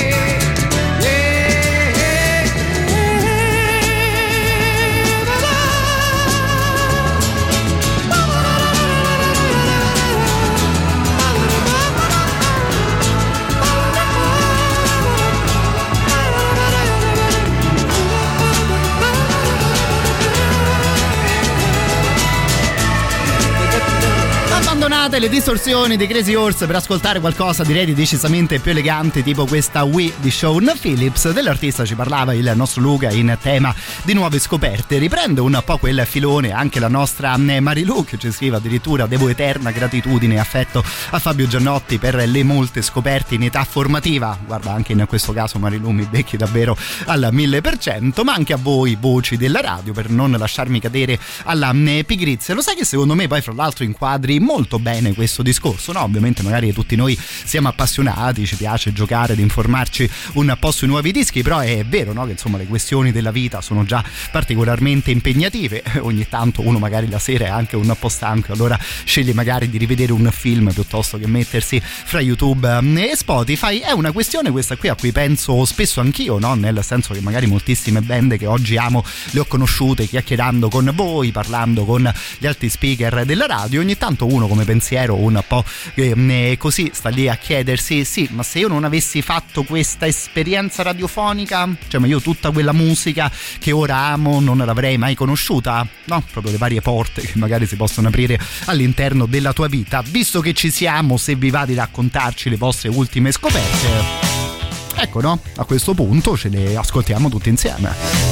Abbandonate le distorsioni dei Crazy Horse per ascoltare qualcosa direi di decisamente più elegante, tipo questa We di Sean Phillips. Dell'artista ci parlava il nostro Luca in tema di nuove scoperte. Riprende un po' quel filone anche la nostra Marilu, che ci scrive addirittura: devo eterna gratitudine e affetto a Fabio Giannotti per le molte scoperte in età formativa. Guarda, anche in questo caso Marilu mi becchi davvero al 1000%, ma anche a voi voci della radio per non lasciarmi cadere alla pigrizia. Lo sai che secondo me poi fra l'altro inquadri molto bene questo discorso, no? Ovviamente magari tutti noi siamo appassionati, ci piace giocare ed informarci un po' sui nuovi dischi, però è vero, no? Che insomma le questioni della vita sono già particolarmente impegnative. Ogni tanto uno magari la sera è anche un po' stanco, allora sceglie magari di rivedere un film piuttosto che mettersi fra YouTube e Spotify. È una questione questa qui a cui penso spesso anch'io, no? Nel senso che magari moltissime band che oggi amo le ho conosciute chiacchierando con voi, parlando con gli altri speaker della radio. Ogni tanto uno come pensiero un po' così sta lì a chiedersi: sì, ma se io non avessi fatto questa esperienza radiofonica, cioè ma io tutta quella musica che ora amo non l'avrei mai conosciuta? No, proprio le varie porte che magari si possono aprire all'interno della tua vita. Visto che ci siamo, se vi va di raccontarci le vostre ultime scoperte, ecco, no? A questo punto ce le ascoltiamo tutti insieme.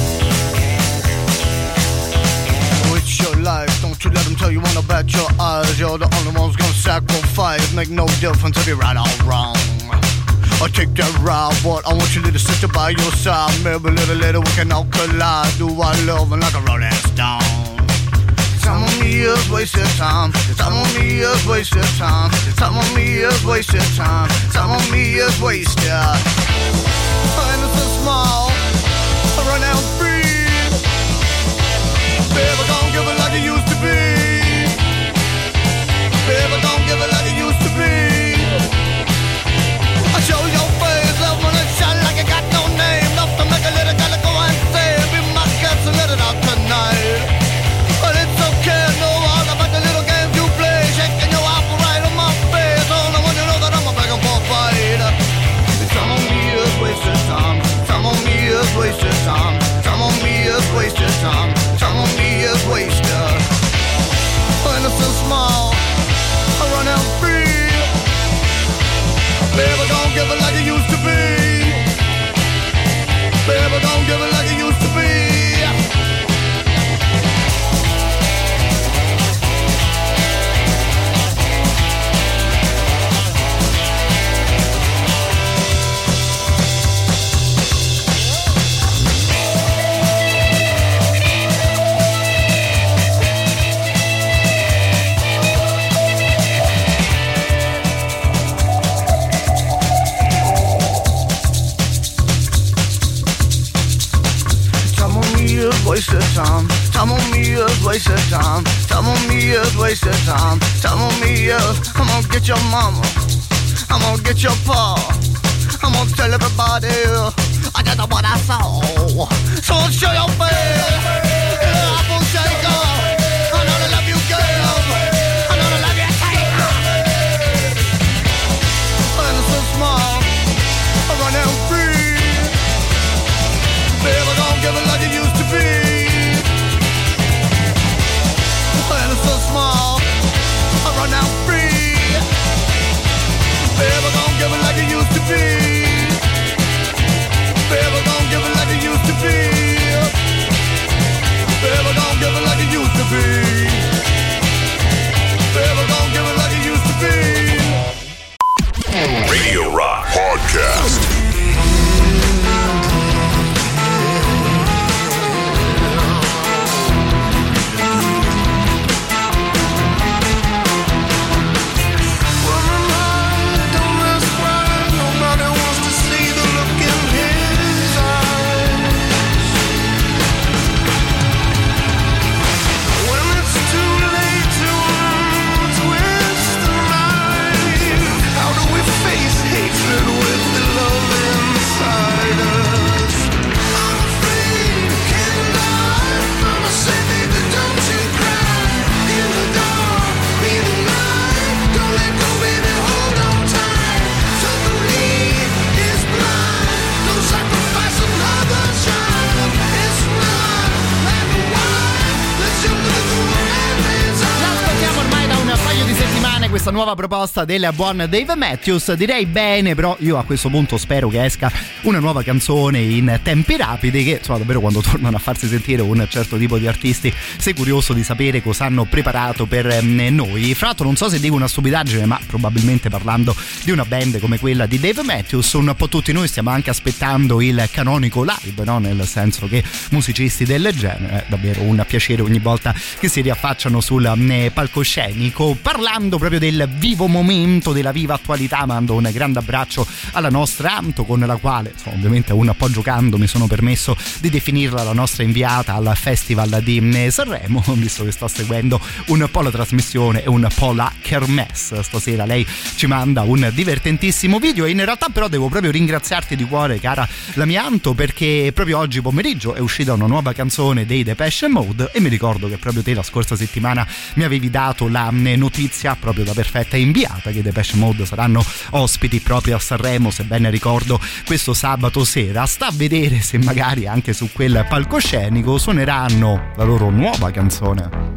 Your life, don't you let them tell you one about your eyes. You're the only ones gonna sacrifice. Make no difference if you're right or wrong. I take that ride, but I want your little sister by your side. Maybe little later we can all collide. Do I love like a rolling stone? Some of me is wasted time. Some of me is wasted time. Some of me is wasted time. Some of me is wasted. And it's so small. I run out free. Baby, don't give it like it used to be. Baby, don't give it like it used to be. I show your face, love when it shine like it got no name. Enough to make a little girl go and say, be my guest and let it out tonight. But it's okay, know all about the little games you play. Shaking your apple right on my face. Only when you know that I'm a begging for a fight. Some of me wasted time. Time on me is wasted time. Time on me is wasted time. Time on me is, I'm gonna get your mama, I'm gonna get your pa, I'm gonna tell everybody I got the what I saw. So show your face, I'm gonna take off. I know to love you, girl, I know to love you, take off. And it's so small, I'm running free. Baby, don't give it like it used to be. And it's so small, I run out free. Baby, don't give it like it used to be. Baby, don't give it like it used to be. Baby, don't give it like it used to be. Baby, don't give it like it used to be. Radio Rock Podcast. Questa nuova proposta del buon Dave Matthews, direi bene, però io a questo punto spero che esca una nuova canzone in tempi rapidi, che insomma davvero quando tornano a farsi sentire un certo tipo di artisti sei curioso di sapere cosa hanno preparato per noi. Fra l'altro non so se dico una stupidaggine, ma probabilmente parlando di una band come quella di Dave Matthews un po' tutti noi stiamo anche aspettando il canonico live, no? Nel senso che musicisti del genere è davvero un piacere ogni volta che si riaffacciano sul palcoscenico. Parlando proprio del vivo momento, della viva attualità, mando un grande abbraccio alla nostra Anto, con la quale ovviamente un po' giocando mi sono permesso di definirla la nostra inviata al Festival di Sanremo, visto che sto seguendo un po' la trasmissione e un po' la kermesse. Stasera lei ci manda un divertentissimo video e in realtà però devo proprio ringraziarti di cuore, cara la mia Anto, perché proprio oggi pomeriggio è uscita una nuova canzone dei Depeche Mode e mi ricordo che proprio te la scorsa settimana mi avevi dato la notizia proprio da perfetta inviata che i Depeche Mode saranno ospiti proprio a Sanremo, se ben ricordo questo sabato sera. Sta a vedere se magari anche su quel palcoscenico suoneranno la loro nuova canzone.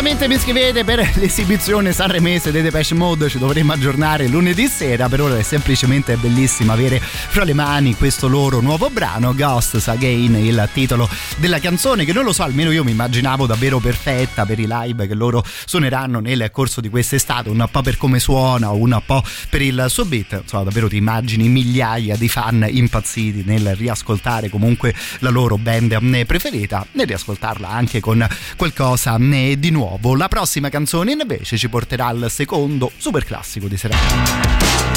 giustamente mi scrivete per l'esibizione sanremese dei Depeche Mode, ci dovremmo aggiornare lunedì sera. Per ora è semplicemente bellissimo avere fra le mani questo loro nuovo brano, Ghosts Again, il titolo della canzone, che non lo so, almeno io mi immaginavo davvero perfetta per i live che loro suoneranno nel corso di quest'estate, un po' per come suona, un po' per il suo beat. Insomma, davvero ti immagini migliaia di fan impazziti nel riascoltare comunque la loro band preferita, nel riascoltarla anche con qualcosa di nuovo. La prossima canzone invece ci porterà al secondo super classico di serata.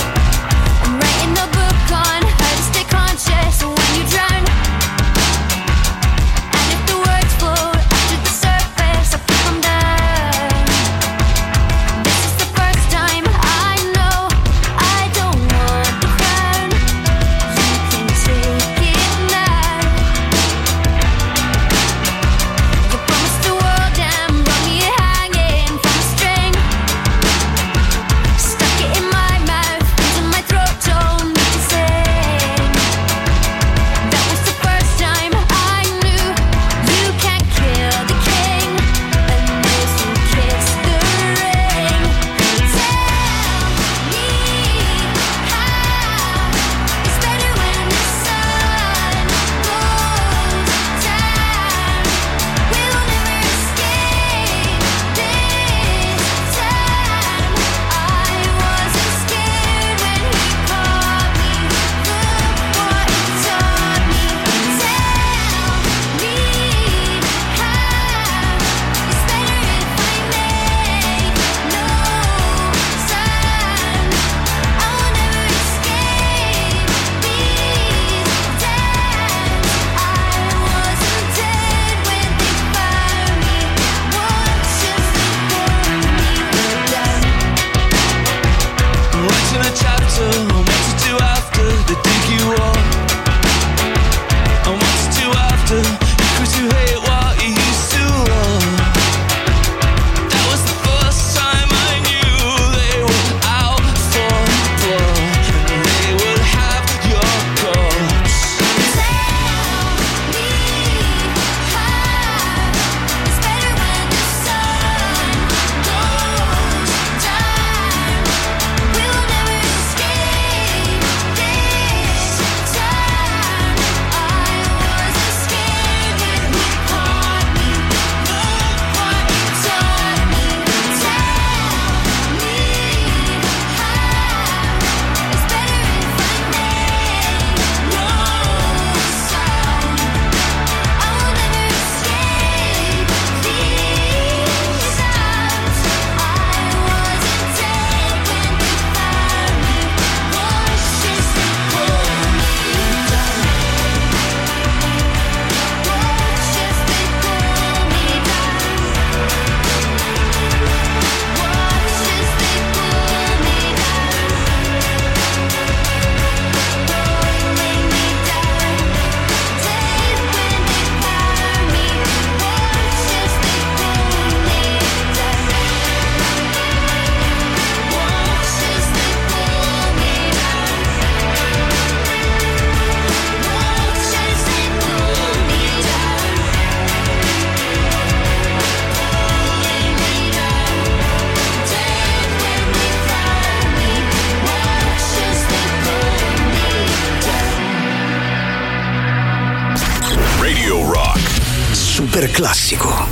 Super classico.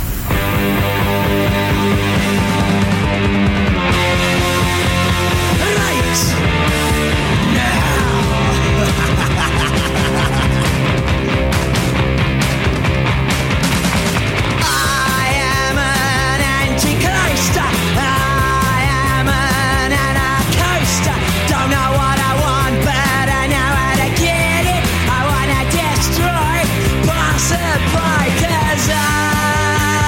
Cause I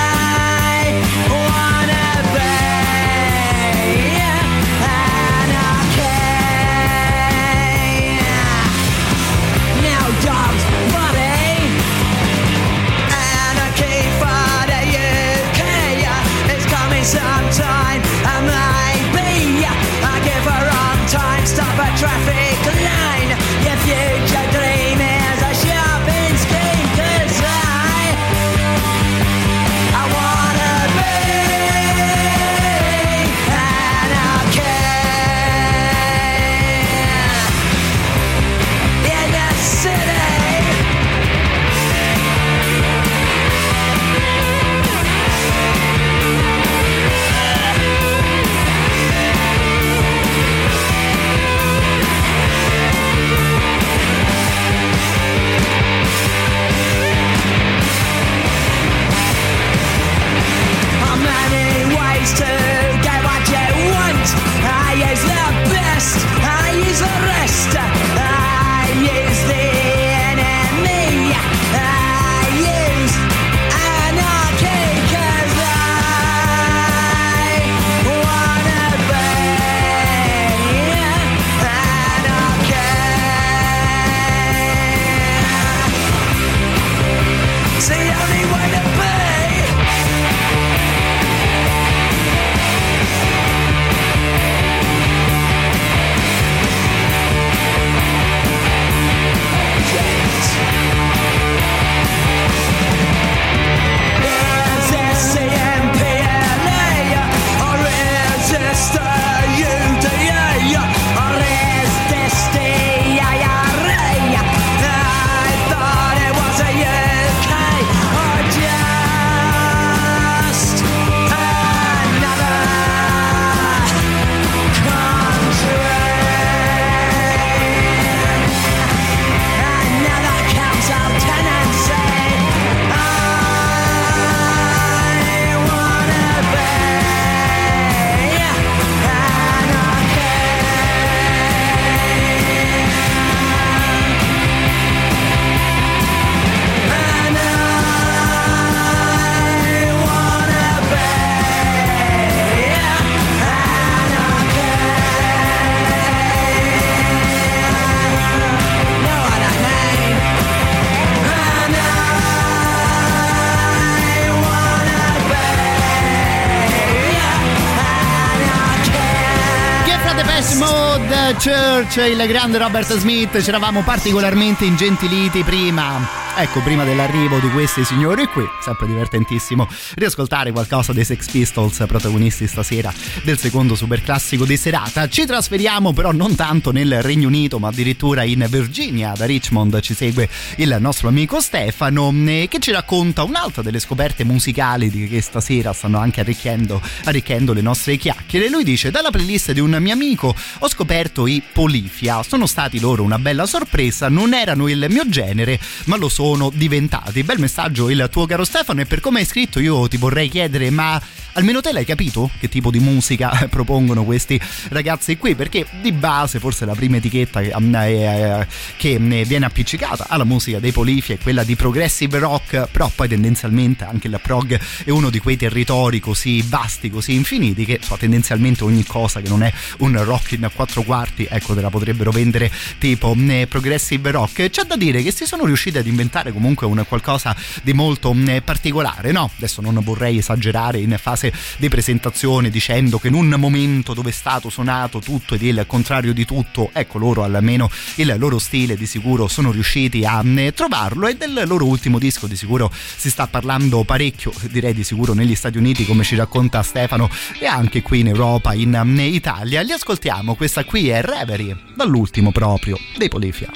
Depeche Mode, Church, il grande Robert Smith. Ci eravamo particolarmente ingentiliti prima. Ecco, prima dell'arrivo di questi signori qui, sempre divertentissimo riascoltare qualcosa dei Sex Pistols, protagonisti stasera del secondo superclassico di serata. Ci trasferiamo però non tanto nel Regno Unito, ma addirittura in Virginia. Da Richmond ci segue il nostro amico Stefano, che ci racconta un'altra delle scoperte musicali che stasera stanno anche arricchendo le nostre chiacchiere. Lui dice: dalla playlist di un mio amico ho scoperto i Polifia, sono stati loro una bella sorpresa, non erano il mio genere ma lo sono diventati. Bel messaggio il tuo, caro Stefano, e per come hai scritto io ti vorrei chiedere: ma almeno te l'hai capito che tipo di musica propongono questi ragazzi qui? Perché di base forse la prima etichetta che viene appiccicata alla musica dei Polifia è quella di progressive rock, però poi tendenzialmente anche il prog è uno di quei territori così vasti, così infiniti, che tendenzialmente ogni cosa che non è un rock in 4/4, ecco, te la potrebbero vendere tipo progressive rock. C'è da dire che si sono riusciti ad inventare comunque un qualcosa di molto particolare, no? Adesso non vorrei esagerare in fase di presentazione dicendo che in un momento dove è stato suonato tutto ed il contrario di tutto, ecco, loro almeno il loro stile di sicuro sono riusciti a trovarlo, e del loro ultimo disco di sicuro si sta parlando parecchio, direi di sicuro negli Stati Uniti, come ci racconta Stefano, e anche qui in Europa, in Italia. Li ascoltiamo, questa qui è Reverie, dall'ultimo proprio dei Polifia.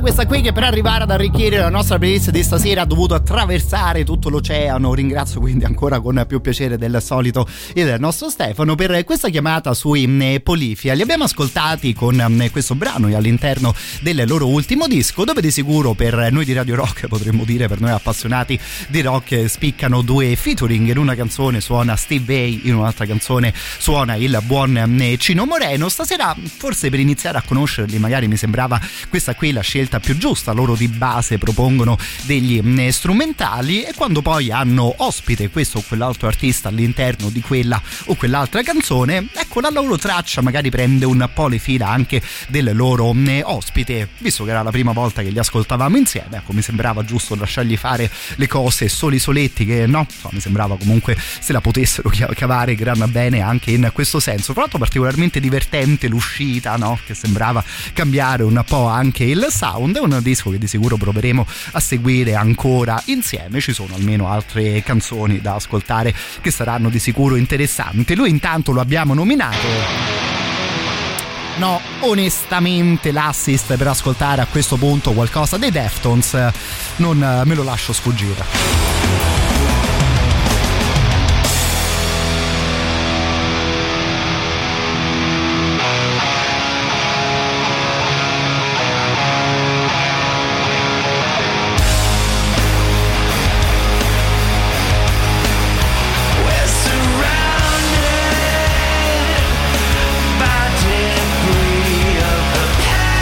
questa qui che per arrivare ad arricchire la nostra playlist di stasera ha dovuto attraversare tutto l'oceano. Ringrazio quindi ancora con più piacere del solito il nostro Stefano per questa chiamata sui Polyphia. Li abbiamo ascoltati con questo brano e all'interno del loro ultimo disco, dove di sicuro per noi di Radio Rock, potremmo dire per noi appassionati di rock, spiccano due featuring. In una canzone suona Steve Vai, in un'altra canzone suona il buon Cino Moreno. Stasera, forse per iniziare a conoscerli, magari mi sembrava questa qui la scelta più giusta. Loro di base propongono degli strumentali e quando poi hanno ospite questo o quell'altro artista all'interno di quella o quell'altra canzone, ecco, la loro traccia magari prende un po' le fila anche del loro ospite. Visto che era la prima volta che li ascoltavamo insieme, ecco, mi sembrava giusto lasciargli fare le cose soletti, che no, mi sembrava comunque se la potessero cavare gran bene anche in questo senso. Tra l'altro particolarmente divertente l'uscita, no? Che sembrava cambiare un po' anche il sound. È un disco che di sicuro proveremo a seguire ancora insieme. Ci sono almeno altre canzoni da ascoltare che saranno di sicuro interessanti. Lui intanto lo abbiamo nominato. No, onestamente l'assist per ascoltare a questo punto qualcosa dei Deftones non me lo lascio sfuggire.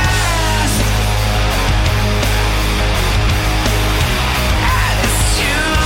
You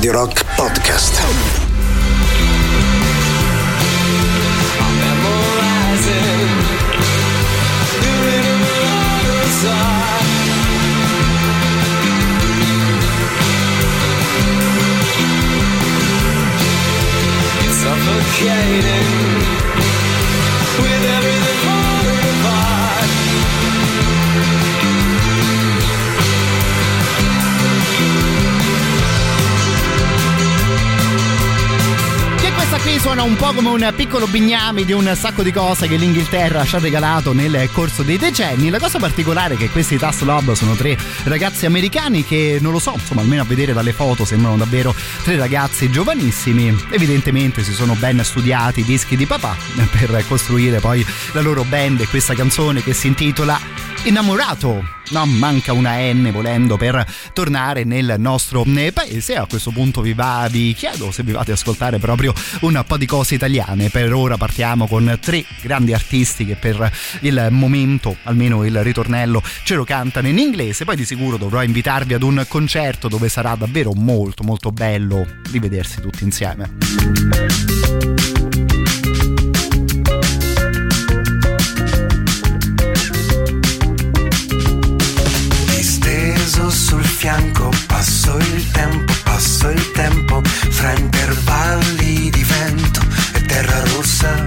Radio Rock Podcast. Suffocating with everything falling apart. Che questa qui suona un po' come un piccolo bignami di un sacco di cose che l'Inghilterra ci ha regalato nel corso dei decenni. La cosa particolare è che questi Task Lab sono 3 ragazzi americani che, non lo so, insomma, almeno a vedere dalle foto sembrano davvero 3 ragazzi giovanissimi. Evidentemente si sono ben studiati i dischi di papà per costruire poi la loro band e questa canzone che si intitola Innamorato. No, manca una N volendo per tornare nel nostro paese. A questo punto vi chiedo se vi fate ascoltare proprio un po' di cose italiane. Per ora partiamo con 3 grandi artisti che per il momento, almeno il ritornello, ce lo cantano in inglese. Poi di sicuro dovrò invitarvi ad un concerto dove sarà davvero molto molto bello rivedersi tutti insieme. Sul fianco passo il tempo fra intervalli di vento e terra rossa,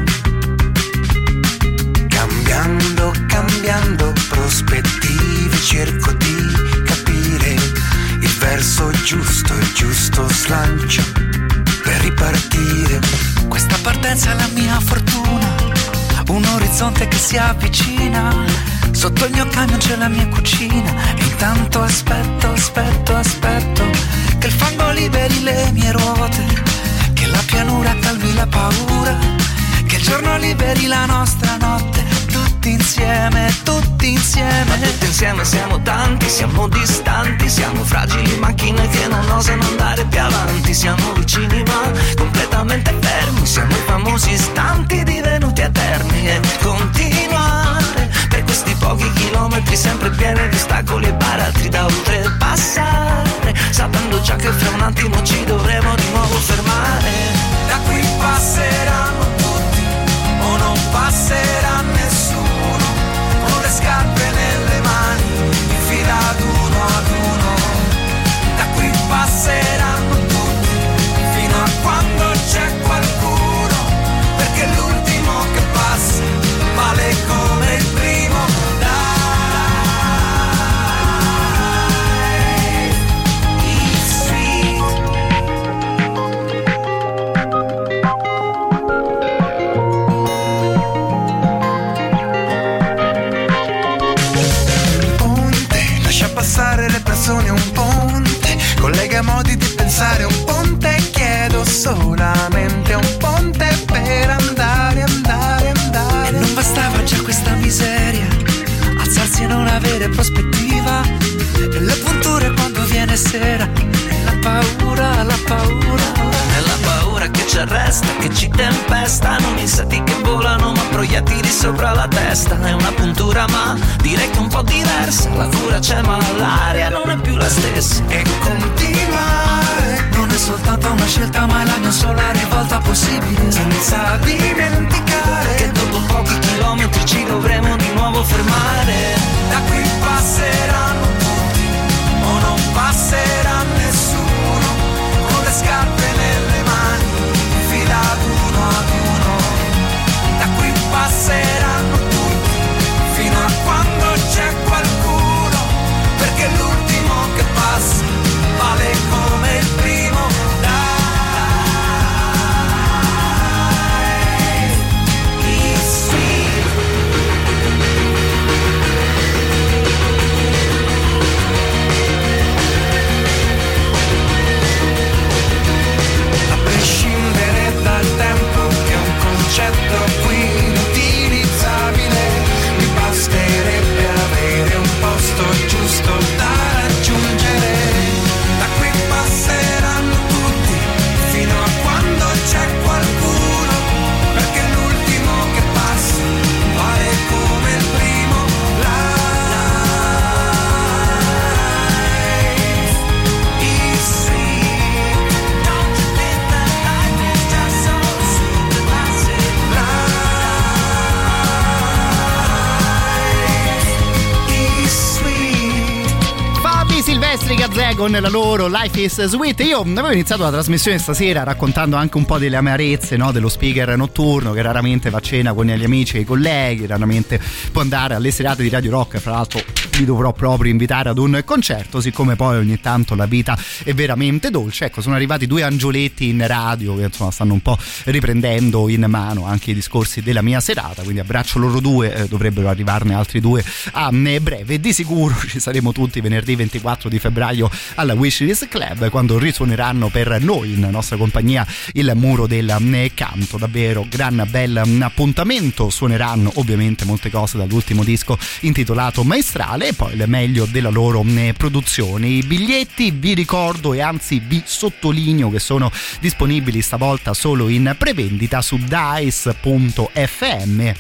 cambiando prospettive, cerco di capire il verso giusto, il giusto slancio per ripartire. Questa partenza è la mia fortuna, un orizzonte che si avvicina. Sotto il mio camion c'è la mia cucina e intanto aspetto che il fango liberi le mie ruote, che la pianura calmi la paura, che il giorno liberi la nostra notte. Tutti insieme ma tutti insieme siamo tanti, siamo distanti, siamo fragili macchine che non osano andare più avanti. Siamo vicini ma completamente fermi, siamo i famosi istanti divenuti eterni. E continuare per questi pochi chilometri sempre pieni di ostacoli e baratri da oltrepassare, sapendo già che fra un attimo ci dovremo di nuovo fermare. Da qui passeranno tutti o non passerà nessuno, con le scarpe nelle mani, in fila ad uno. Da qui passeranno tutti fino a quando c'è qualcuno, perché l'ultimo che passa vale come il primo. Le persone, un ponte collega modi di pensare, un ponte, chiedo solamente un ponte per andare. E non bastava già questa miseria, alzarsi e non avere prospettiva, e le punture quando viene sera, e la paura è la paura che ci arresta, che ci tempesta, non insetti che volano ma proiettili sopra la testa. È una puntura ma direi che un po' diversa, la cura c'è ma l'aria non è più la stessa. E continuare non è soltanto una scelta ma è la mia sola rivolta possibile, senza dimenticare che dopo pochi chilometri ci dovremo di nuovo fermare. Da qui passeranno tutti o non passerà nessuno, con le scarpe nelle mani, in fila ad uno. Da qui passeranno tutti fino a quando c'è qualcuno, perché l'ultimo che passa vale come il primo. Gazè con la loro Life is Sweet. Io avevo iniziato la trasmissione stasera raccontando anche un po' delle amarezze, no, dello speaker notturno che raramente va a cena con gli amici e i colleghi, raramente può andare alle serate di Radio Rock. Fra l'altro vi dovrò proprio invitare ad un concerto, siccome poi ogni tanto la vita è veramente dolce. Ecco, sono arrivati due angioletti in radio che insomma stanno un po' riprendendo in mano anche i discorsi della mia serata, quindi abbraccio loro due, dovrebbero arrivarne altri due a breve. Di sicuro ci saremo tutti venerdì 24 di febbraio alla Wishlist Club, quando risuoneranno per noi in nostra compagnia il Muro del Canto. Davvero gran bel appuntamento. Suoneranno ovviamente molte cose dall'ultimo disco intitolato Maestrale e poi il meglio della loro produzione. I biglietti vi ricordo e anzi vi sottolineo che sono disponibili stavolta solo in prevendita su dice.fm,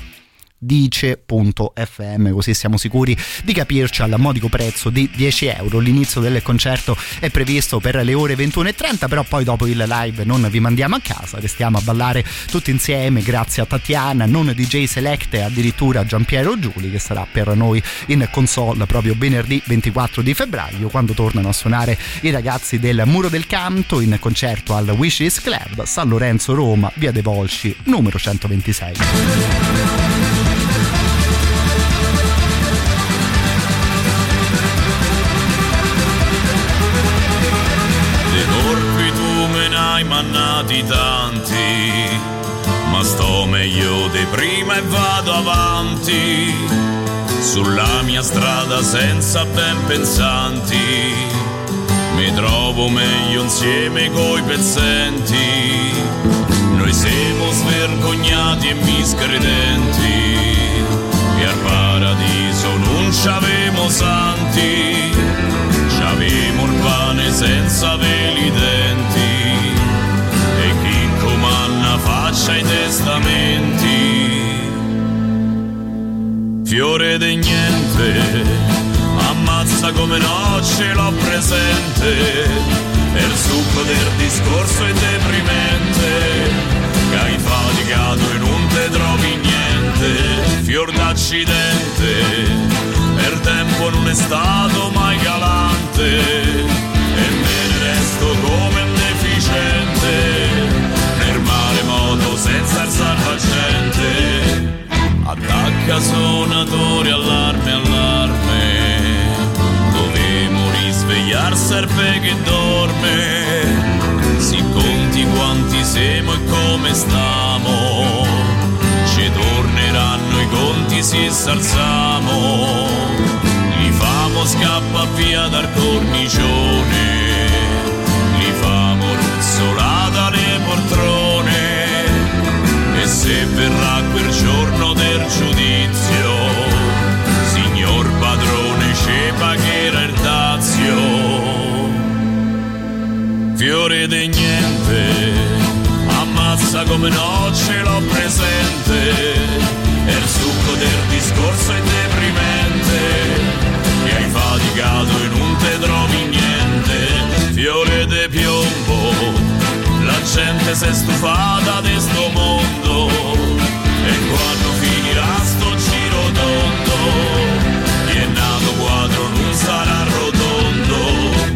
così siamo sicuri di capirci, al modico prezzo di 10 euro. L'inizio del concerto è previsto per le ore 21:30, però poi dopo il live non vi mandiamo a casa, restiamo a ballare tutti insieme grazie a Tatiana, non DJ Select e addirittura Giampiero Giuli, che sarà per noi in console proprio venerdì 24 di febbraio, quando tornano a suonare i ragazzi del Muro del Canto in concerto al Wishlist Club, San Lorenzo, Roma, via dei Volsci, numero 126. Mannati tanti, ma sto meglio di prima e vado avanti sulla mia strada senza ben pensanti. Mi trovo meglio insieme coi pezzenti, noi siamo svergognati e miscredenti e al paradiso non c'avemo santi, c'avemo il pane senza veli denti, faccia i testamenti. Fiore di niente, ammazza come no ce l'ho presente, e il succo del discorso è deprimente, che hai faticato e non te trovi niente. Fior d'accidente, il tempo non è stato mai galante, e me ne resto come un deficiente, modo senza il salvagente. Attacca suonatori, allarme, allarme, dovevo risvegliar serpe che dorme. Si conti quanti siamo e come stiamo, ci torneranno i conti si s'alzamo. Li famo scappa via dal cornicione, li famo ruzzolata le poltrone, e se verrà quel giorno del giudizio, signor padrone ce pagherà il dazio. Fiore di niente, ammazza come no ce l'ho presente, e il succo del discorso è deprimente, e hai faticato e non te trovi niente. Fiore di piombo, la gente si è stufata di sto mondo, e quando finirà sto giro tondo, chi è nato quadro non sarà rotondo.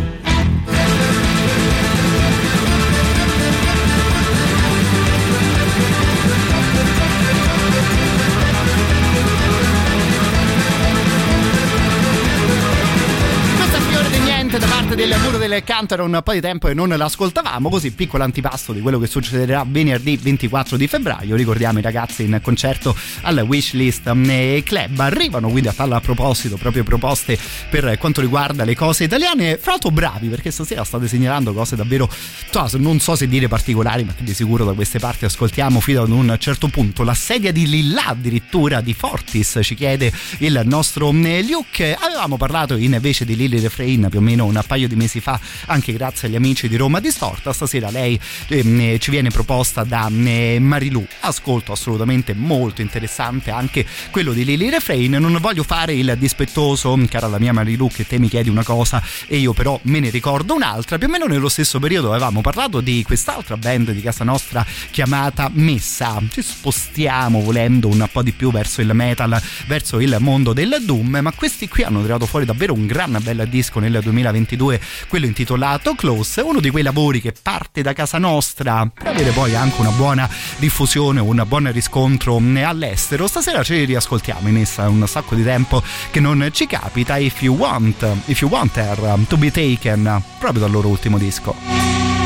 Da parte del Muro del Canto, era un po' di tempo e non l'ascoltavamo, così piccolo antipasto di quello che succederà venerdì 24 di febbraio. Ricordiamo i ragazzi in concerto alla Wishlist Club. Arrivano quindi a tal proposito proprio proposte per quanto riguarda le cose italiane, fra l'altro bravi, perché stasera state segnalando cose davvero, non so se dire particolari, ma che di sicuro da queste parti ascoltiamo fino ad un certo punto. La sedia di Lillà addirittura di Fortis, ci chiede il nostro Luke. Avevamo parlato invece di Lily Refrain più o meno un paio di mesi fa, anche grazie agli amici di Roma Distorta. Stasera lei ci viene proposta da Marilu. Ascolto assolutamente molto interessante anche quello di Lily Refrain. Non voglio fare il dispettoso, cara la mia Marilu, che te mi chiedi una cosa e io però me ne ricordo un'altra. Più o meno nello stesso periodo avevamo parlato di quest'altra band di casa nostra chiamata Messa. Ci spostiamo volendo un po' di più verso il metal, verso il mondo del doom, ma questi qui hanno tirato fuori davvero un gran bel disco nel 2022 2022, quello intitolato Close, uno di quei lavori che parte da casa nostra per avere poi anche una buona diffusione, un buon riscontro all'estero. Stasera ce li riascoltiamo, Inessa, è un sacco di tempo che non ci capita. If You Want Her To Be Taken, proprio dal loro ultimo disco.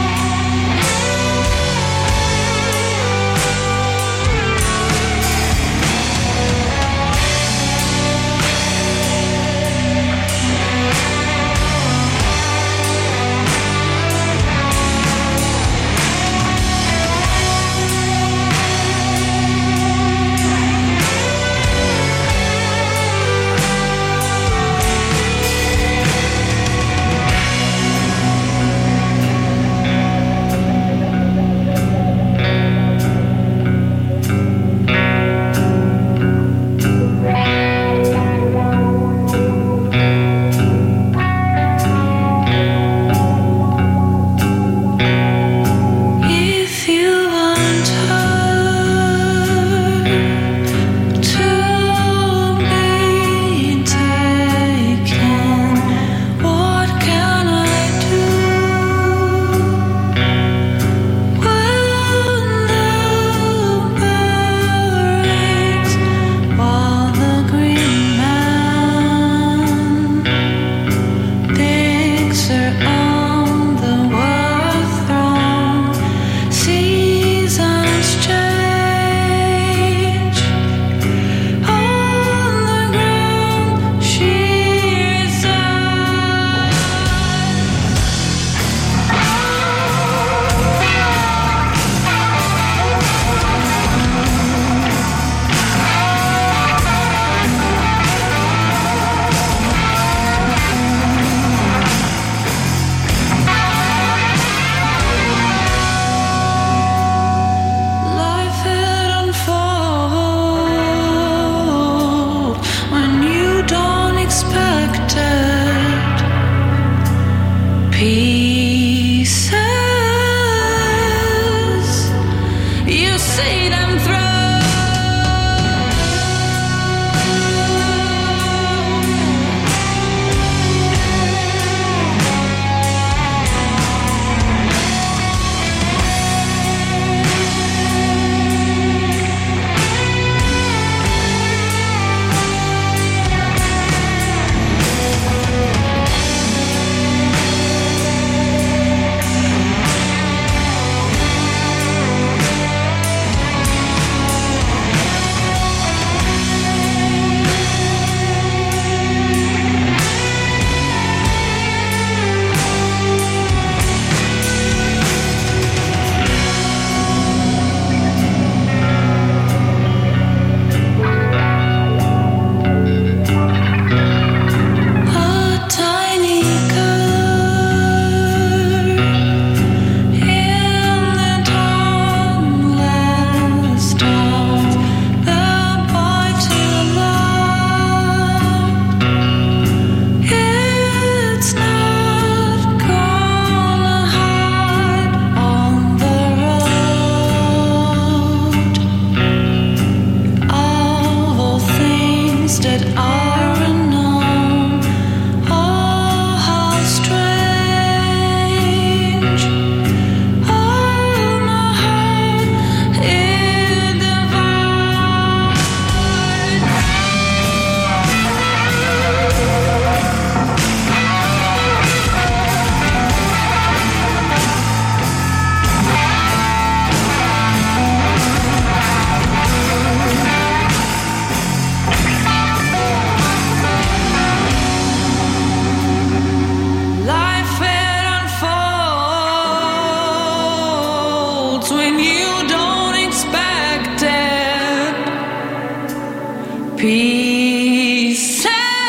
pieces.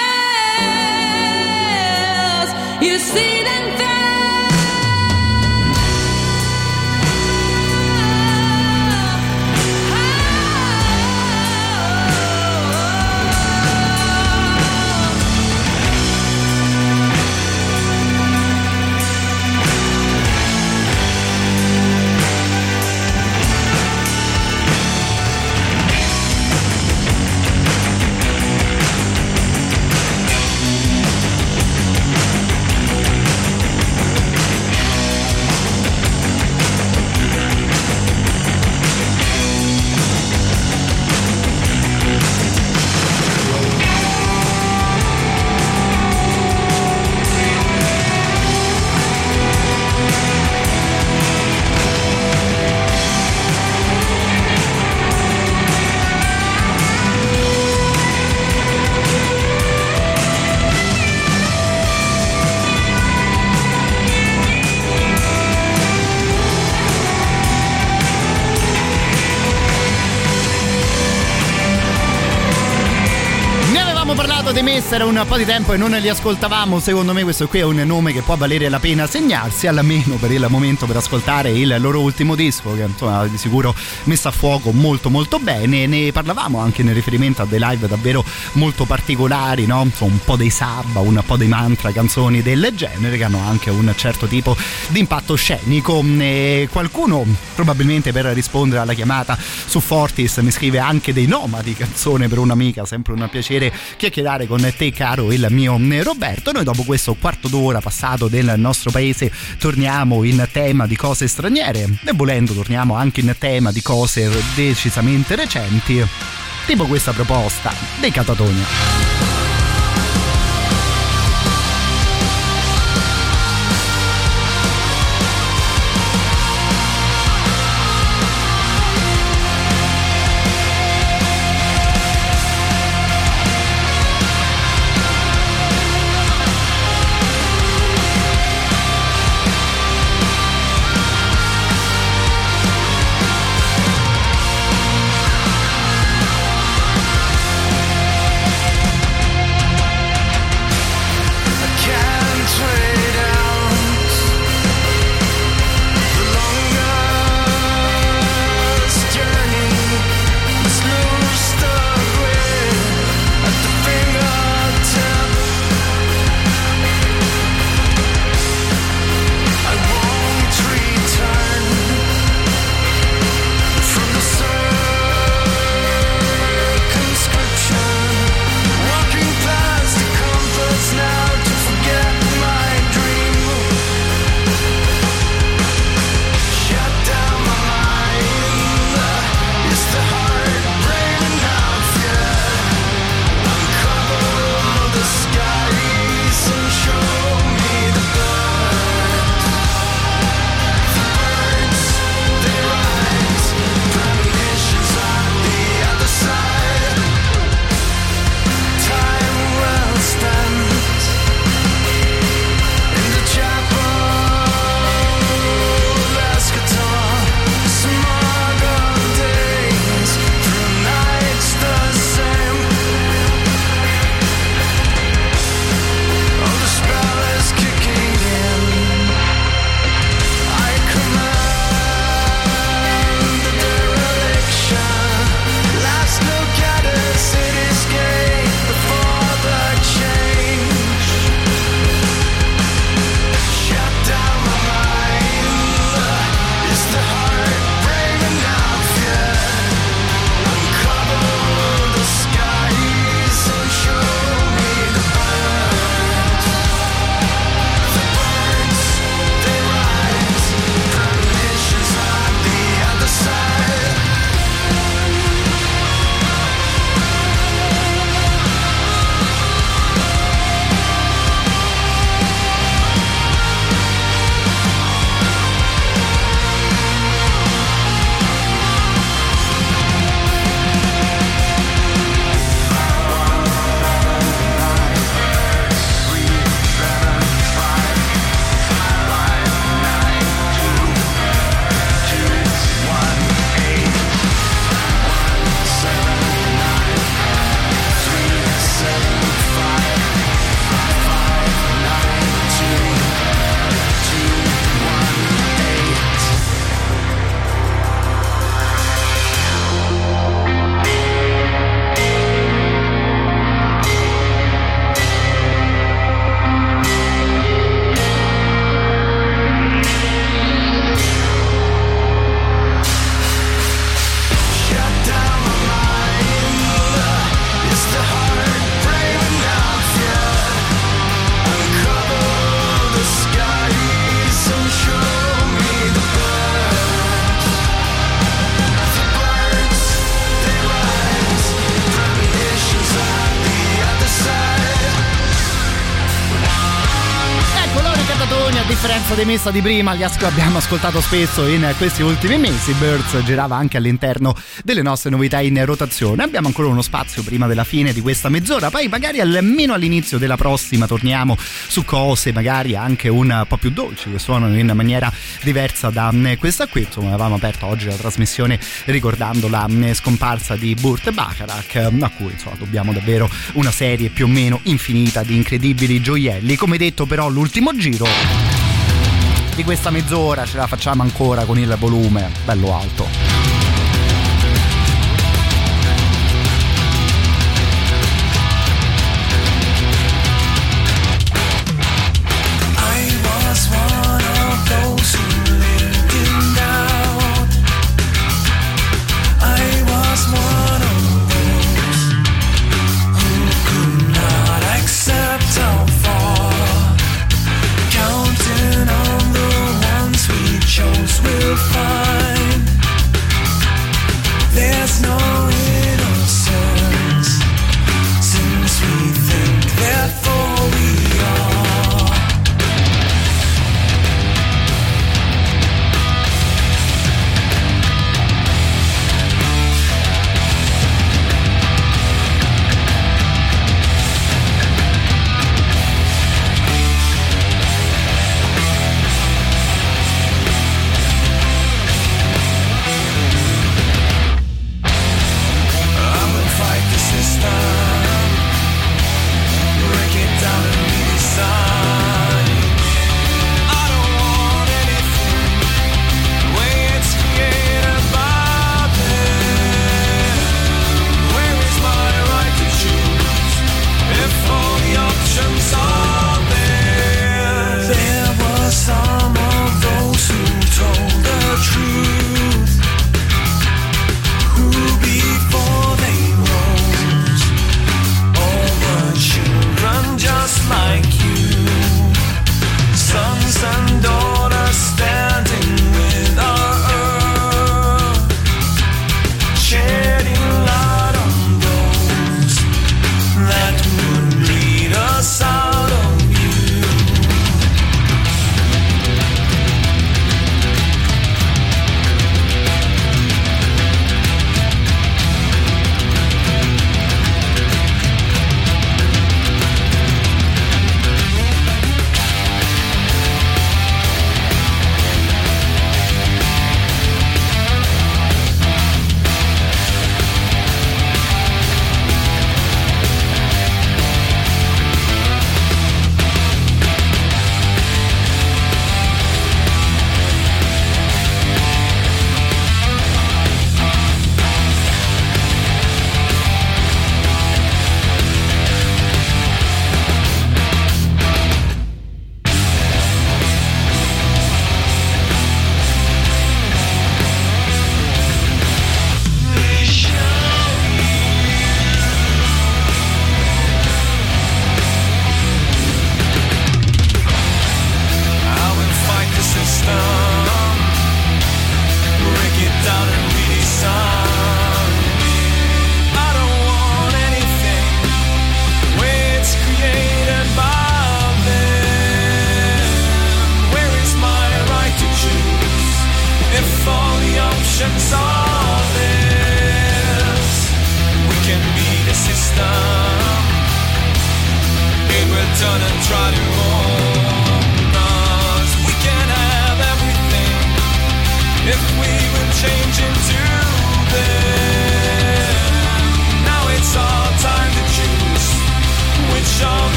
You see them avevamo parlato dei Messer un po' di tempo e non li ascoltavamo. Secondo me questo qui è un nome che può valere la pena segnarsi, almeno per il momento, per ascoltare il loro ultimo disco, che insomma di sicuro messo a fuoco molto molto bene. Ne parlavamo anche nel riferimento a dei live davvero molto particolari, no? Insomma, un po' dei Sabba, un po' dei Mantra, canzoni del genere che hanno anche un certo tipo di impatto scenico. E qualcuno, probabilmente per rispondere alla chiamata su Fortis, mi scrive anche dei Nomadi, canzone per un'amica, sempre un piacere chiacchierare con te, caro il mio Roberto. Noi dopo questo quarto d'ora passato del nostro paese torniamo in tema di cose straniere e volendo torniamo anche in tema di cose decisamente recenti, tipo questa proposta dei Catatonia. differenza dei Messa di prima, li abbiamo ascoltato spesso in questi ultimi mesi. Birds girava anche all'interno delle nostre novità in rotazione. Abbiamo ancora uno spazio prima della fine di questa mezz'ora, poi magari almeno all'inizio della prossima torniamo su cose magari anche un po' più dolci, che suonano in maniera diversa da questa qui. Insomma, avevamo aperto oggi la trasmissione ricordando la scomparsa di Burt Bacharach, a cui insomma dobbiamo davvero una serie più o meno infinita di incredibili gioielli. Come detto, però, l'ultimo giro di questa mezz'ora ce la facciamo ancora con il volume bello alto. We'll find there's no innocence since we think therefore we are.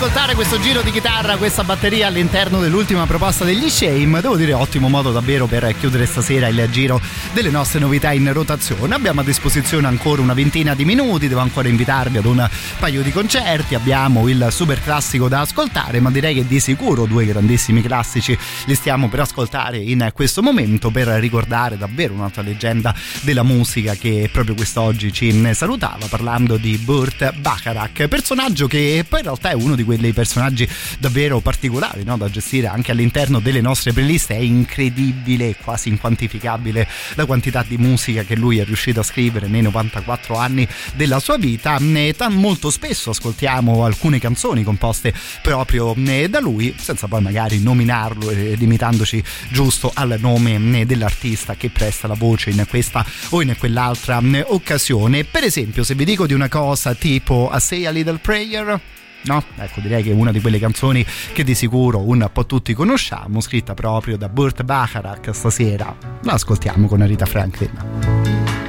ascoltare questo giro di chitarra, questa batteria all'interno dell'ultima proposta degli Shame. Devo dire ottimo modo davvero per chiudere stasera il giro delle nostre novità in rotazione. Abbiamo a disposizione ancora una ventina di minuti, devo ancora invitarvi ad un paio di concerti, abbiamo il super classico da ascoltare, ma direi che di sicuro due grandissimi classici li stiamo per ascoltare in questo momento, per ricordare davvero un'altra leggenda della musica che proprio quest'oggi ci salutava, parlando di Burt Bacharach, personaggio che poi in realtà è uno di quei personaggi davvero particolari, no? Da gestire anche all'interno delle nostre playlist. È incredibile, quasi inquantificabile la quantità di musica che lui è riuscito a scrivere nei 94 anni della sua vita. Molto spesso ascoltiamo alcune canzoni composte proprio da lui, senza poi magari nominarlo, limitandoci giusto al nome dell'artista che presta la voce in questa o in quell'altra occasione. Per esempio, se vi dico di una cosa tipo A Say a Little Prayer, no? Ecco, direi che è una di quelle canzoni che di sicuro un po' tutti conosciamo, scritta proprio da Burt Bacharach. Stasera la ascoltiamo con Aretha Franklin.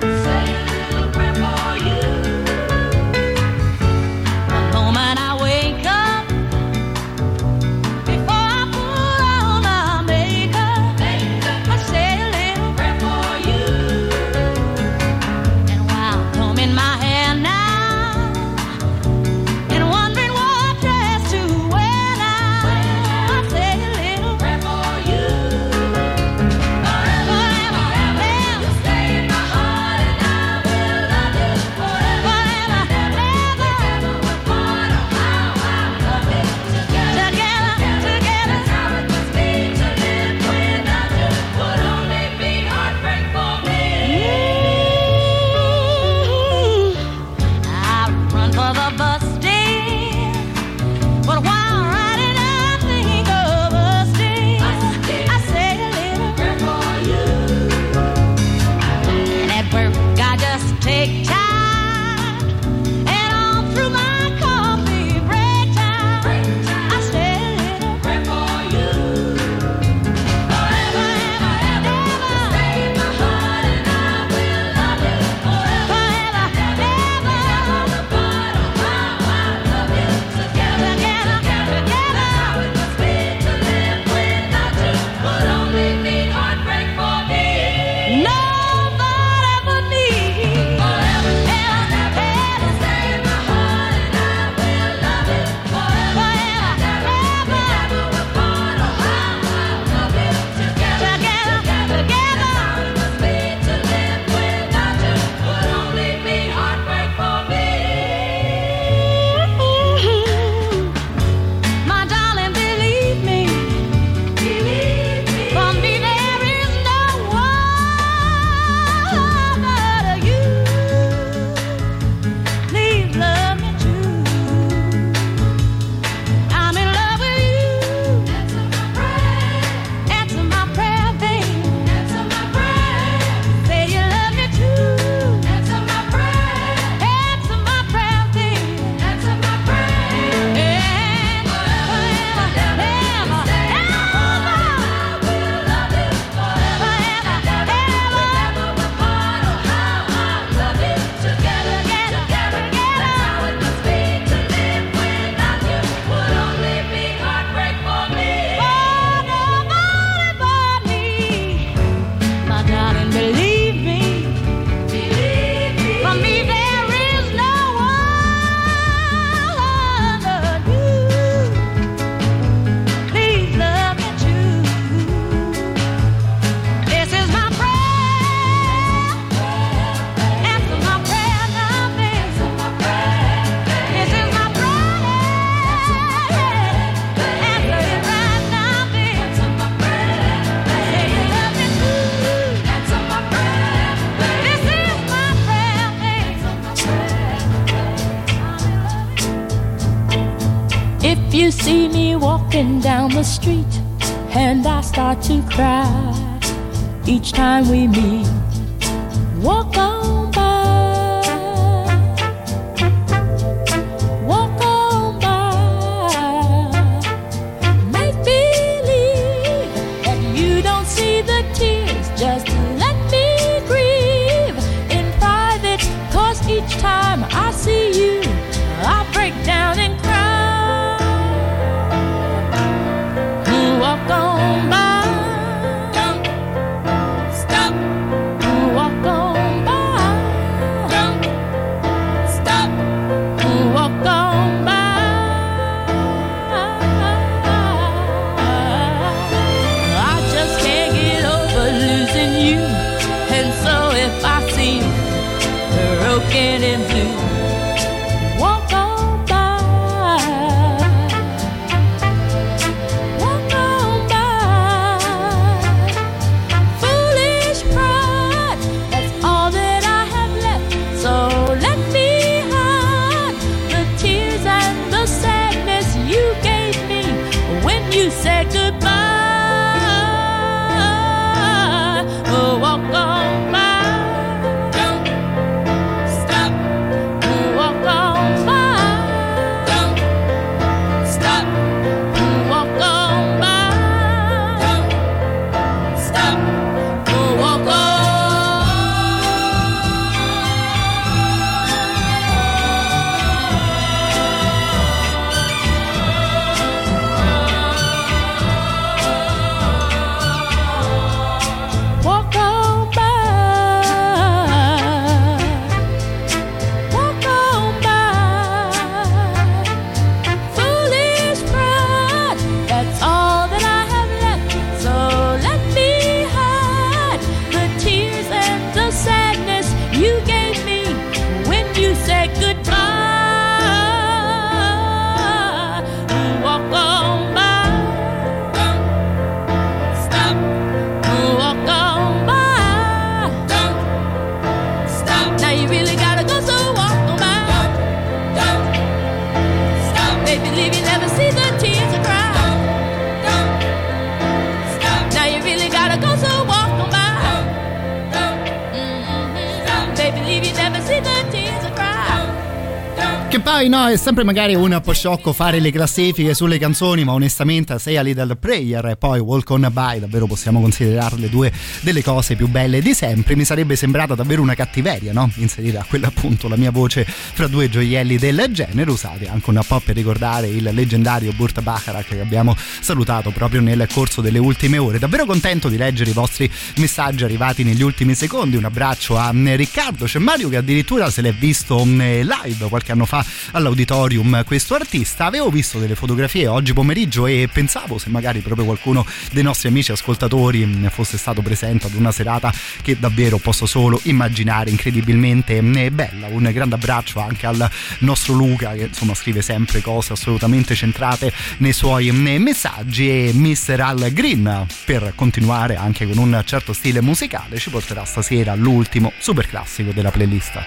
You see me walking down the street and I start to cry each time we meet. Walk on by, walk on by. Make believe that you don't see the tears, just let me grieve in private, 'cause each time I see you I break down and cry. broken and blue. Walk on by, walk on by. Foolish pride, that's all that I have left. So let me hide the tears and the sadness you gave me when you said goodbye. Oh, walk on by. Che poi no, è sempre magari un po' sciocco fare le classifiche sulle canzoni, ma onestamente Say a Little Prayer e poi Walk On By davvero possiamo considerarle due delle cose più belle di sempre. Mi sarebbe sembrata davvero una cattiveria, no? Inserire a quella appunto la mia voce fra due gioielli del genere, usati anche un po' per ricordare il leggendario Burt Bacharach che abbiamo salutato proprio nel corso delle ultime ore. Davvero contento di leggere i vostri messaggi arrivati negli ultimi secondi. Un abbraccio a Riccardo. C'è Mario che addirittura se l'è visto live qualche anno fa all'Auditorium questo artista. Avevo visto delle fotografie oggi pomeriggio e pensavo se magari proprio qualcuno dei nostri amici ascoltatori fosse stato presente ad una serata che davvero posso solo immaginare incredibilmente bella. Un grande abbraccio anche al nostro Luca che insomma scrive sempre cose assolutamente centrate nei suoi messaggi, e Mr. Al Green, per continuare anche con un certo stile musicale, ci porterà stasera all'ultimo super classico della playlist.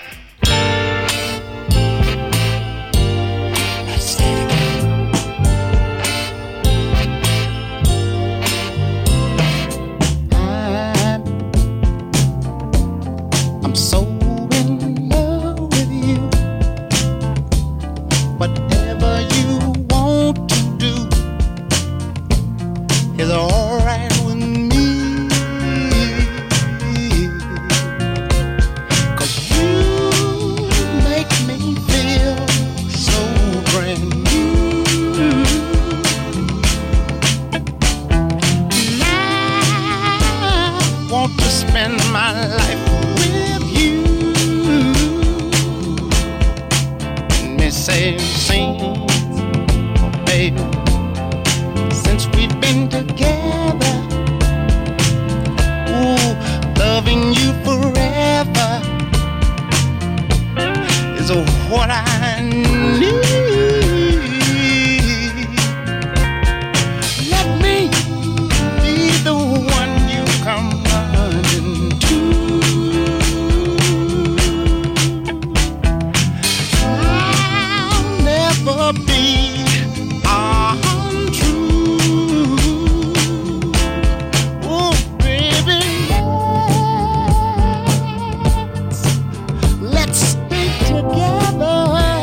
Together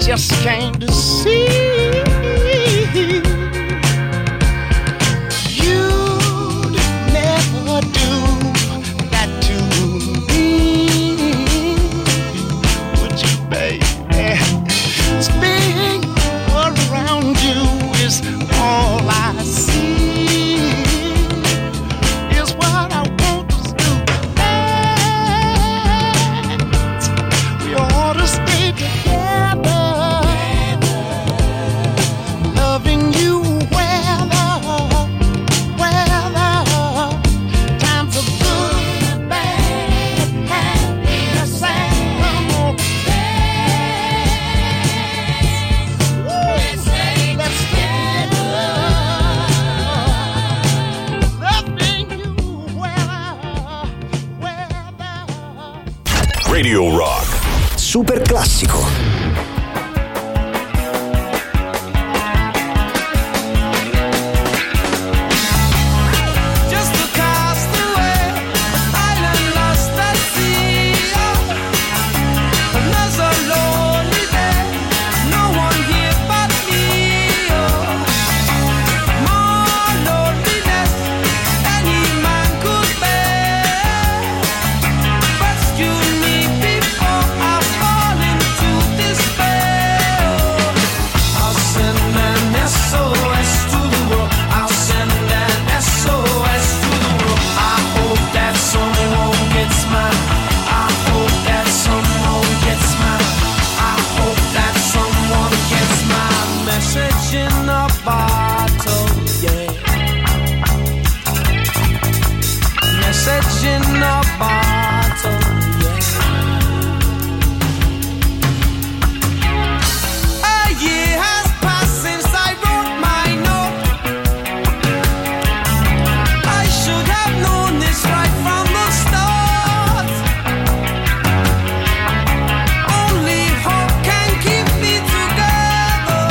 just came to see. You'd never do that to me, would you, baby? Spinning around you is all I see. Is what I want to do. We ought to stay together, loving you weather times are good, bad, happy, the same. Come on, let's stay together, loving you weather. Radio Rock. Super classico. Just a castaway, island lost at sea. Another lonely day, no one here but me. More loneliness any man could bear. Rescue me before I fall into despair. I'll send an SOS to the world. I'll send an SOS to the world. I hope that someone gets mine. I hope that someone gets mine. I hope that someone gets my message in a bottle, yeah. Message in a bottle, yeah. A year has passed since I wrote my note. I should have known this right from the start. Only hope can keep me together.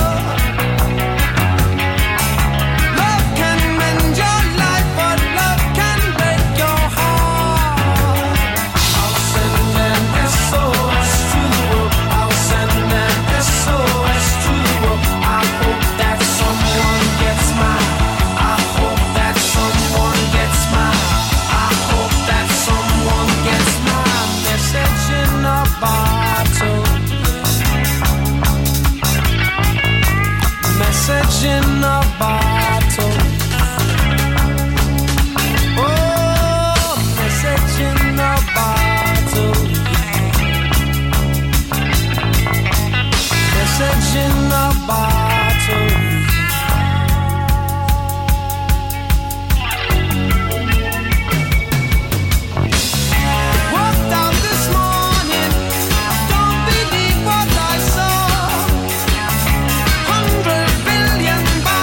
Love can mend your life, but love can break your heart. I'll send an SOS to the world. I'll send an SOS to the world. I hope that someone gets mine. I hope that someone gets mine. I hope that someone gets my message in a bottle. Message in a bottle. Oh, message in a bottle. Message in a bottle. Walked out this morning, don't believe what I saw. 100 billion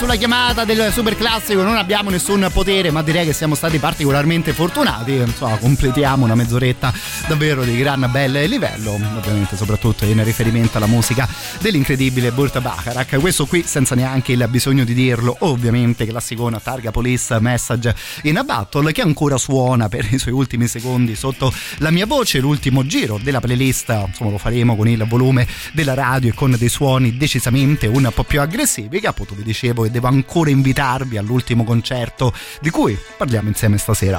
sulla chiamata del super classico non abbiamo nessun potere, ma direi che siamo stati particolarmente fortunati. Insomma, completiamo una mezz'oretta davvero di gran bel livello, ovviamente soprattutto in riferimento alla musica dell'incredibile Burt Bacharach. Questo qui senza neanche il bisogno di dirlo, ovviamente classicona Targa Police Message in a Battle, che ancora suona per i suoi ultimi secondi sotto la mia voce. L'ultimo giro della playlist, insomma, lo faremo con il volume della radio e con dei suoni decisamente un po' più aggressivi, che appunto vi dicevo, e devo ancora invitarvi all'ultimo concerto di cui parliamo insieme stasera.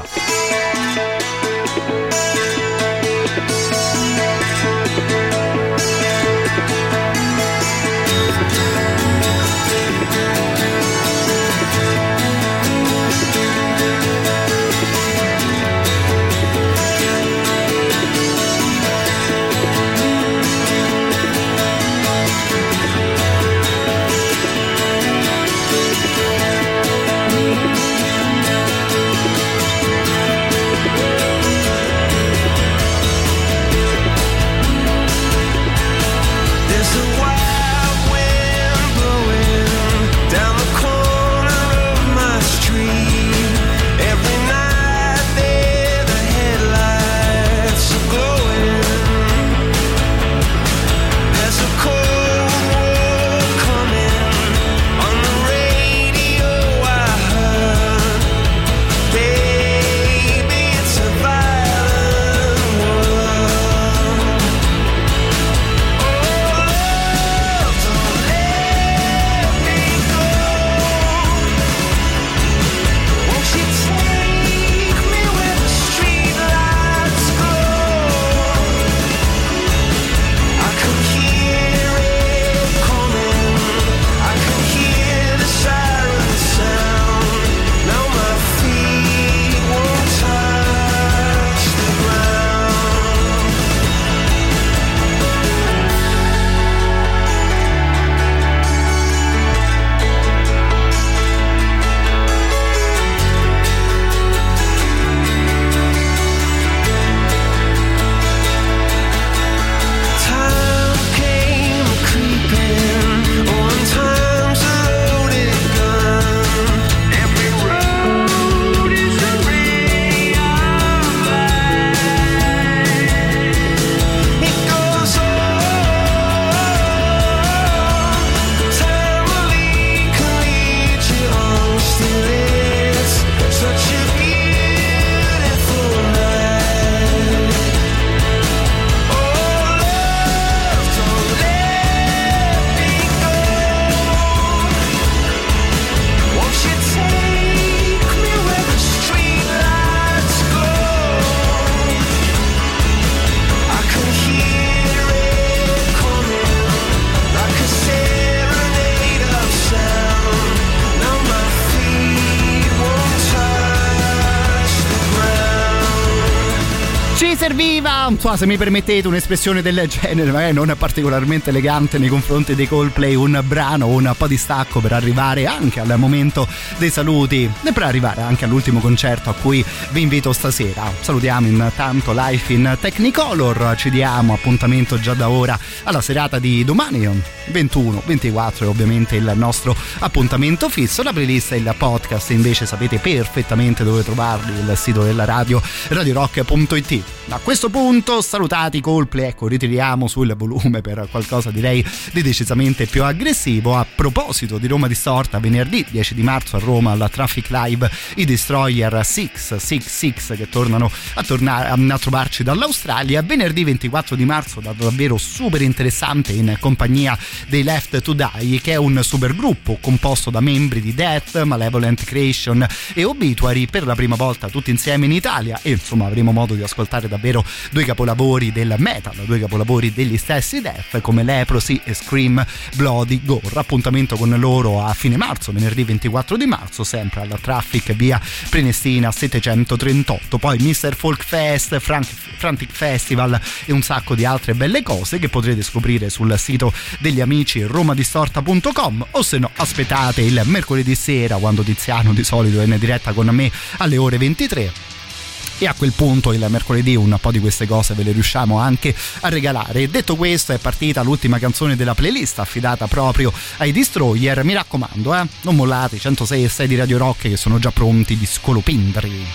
Serviva, se mi permettete un'espressione del genere, magari non particolarmente elegante nei confronti dei Coldplay, un brano, un po' di stacco per arrivare anche al momento dei saluti e per arrivare anche all'ultimo concerto a cui vi invito stasera. Salutiamo intanto Life in Technicolor, ci diamo appuntamento già da ora alla serata di domani 21, 24 è ovviamente il nostro appuntamento fisso. La playlist e il podcast invece sapete perfettamente dove trovarli, il sito della radio, radiorock.it. A questo punto, salutati Coldplay, ecco, ritiriamo sul volume per qualcosa direi di decisamente più aggressivo. A proposito di Roma Distorta, venerdì 10 di marzo a Roma alla Traffic Live i Destroyer 666 che tornano a trovarci dall'Australia. Venerdì 24 di marzo, davvero super interessante, in compagnia dei Left to Die, che è un supergruppo composto da membri di Death, Malevolent Creation e Obituary, per la prima volta tutti insieme in Italia, e insomma avremo modo di ascoltare davvero due capolavori del metal, due capolavori degli stessi Death come Leprosy e Scream Bloody Gore. Appuntamento con loro a fine marzo, venerdì 24 di marzo, sempre alla Traffic via Prenestina 738. Poi Mr. Folk Fest, Frantic Festival e un sacco di altre belle cose che potrete scoprire sul sito degli amici romadistorta.com, o se no aspettate il mercoledì sera, quando Tiziano di solito è in diretta con me alle ore 23, e a quel punto il mercoledì un po' di queste cose ve le riusciamo anche a regalare. Detto questo, è partita l'ultima canzone della playlist affidata proprio ai Destroyer. Mi raccomando, non mollate, 106.6 di Radio Rock che sono già pronti di scolopendri.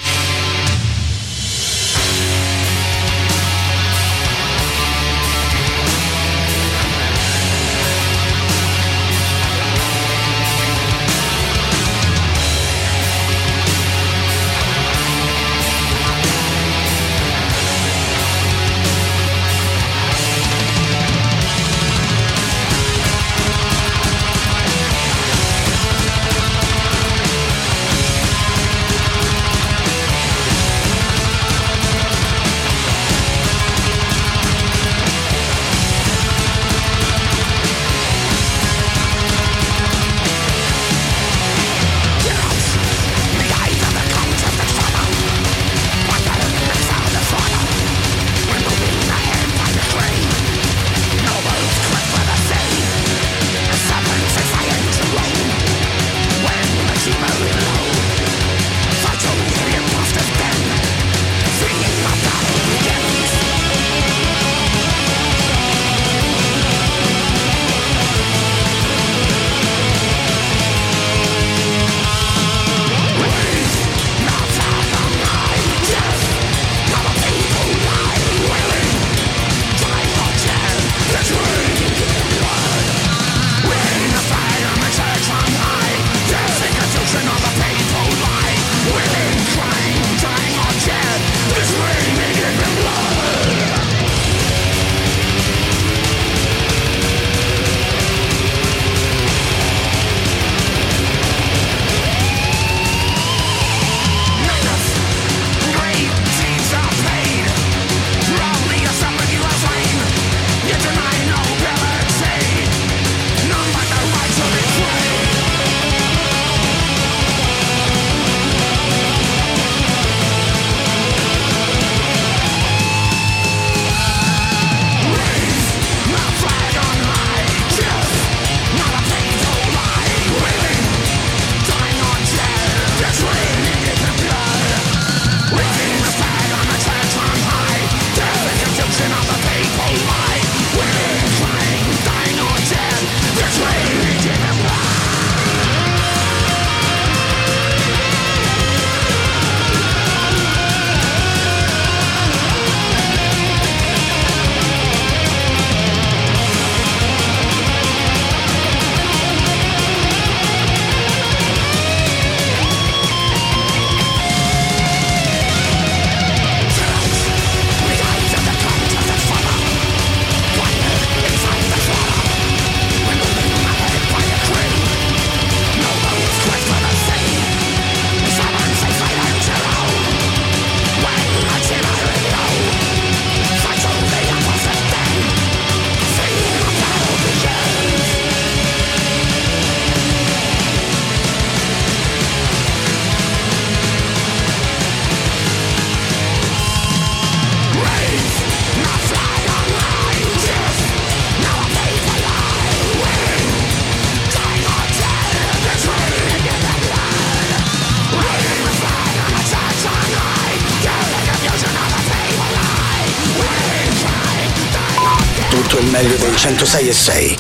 Il meglio dei 106.6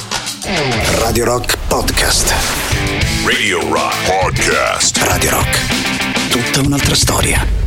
Radio Rock Podcast. Radio Rock Podcast. Radio Rock, tutta un'altra storia.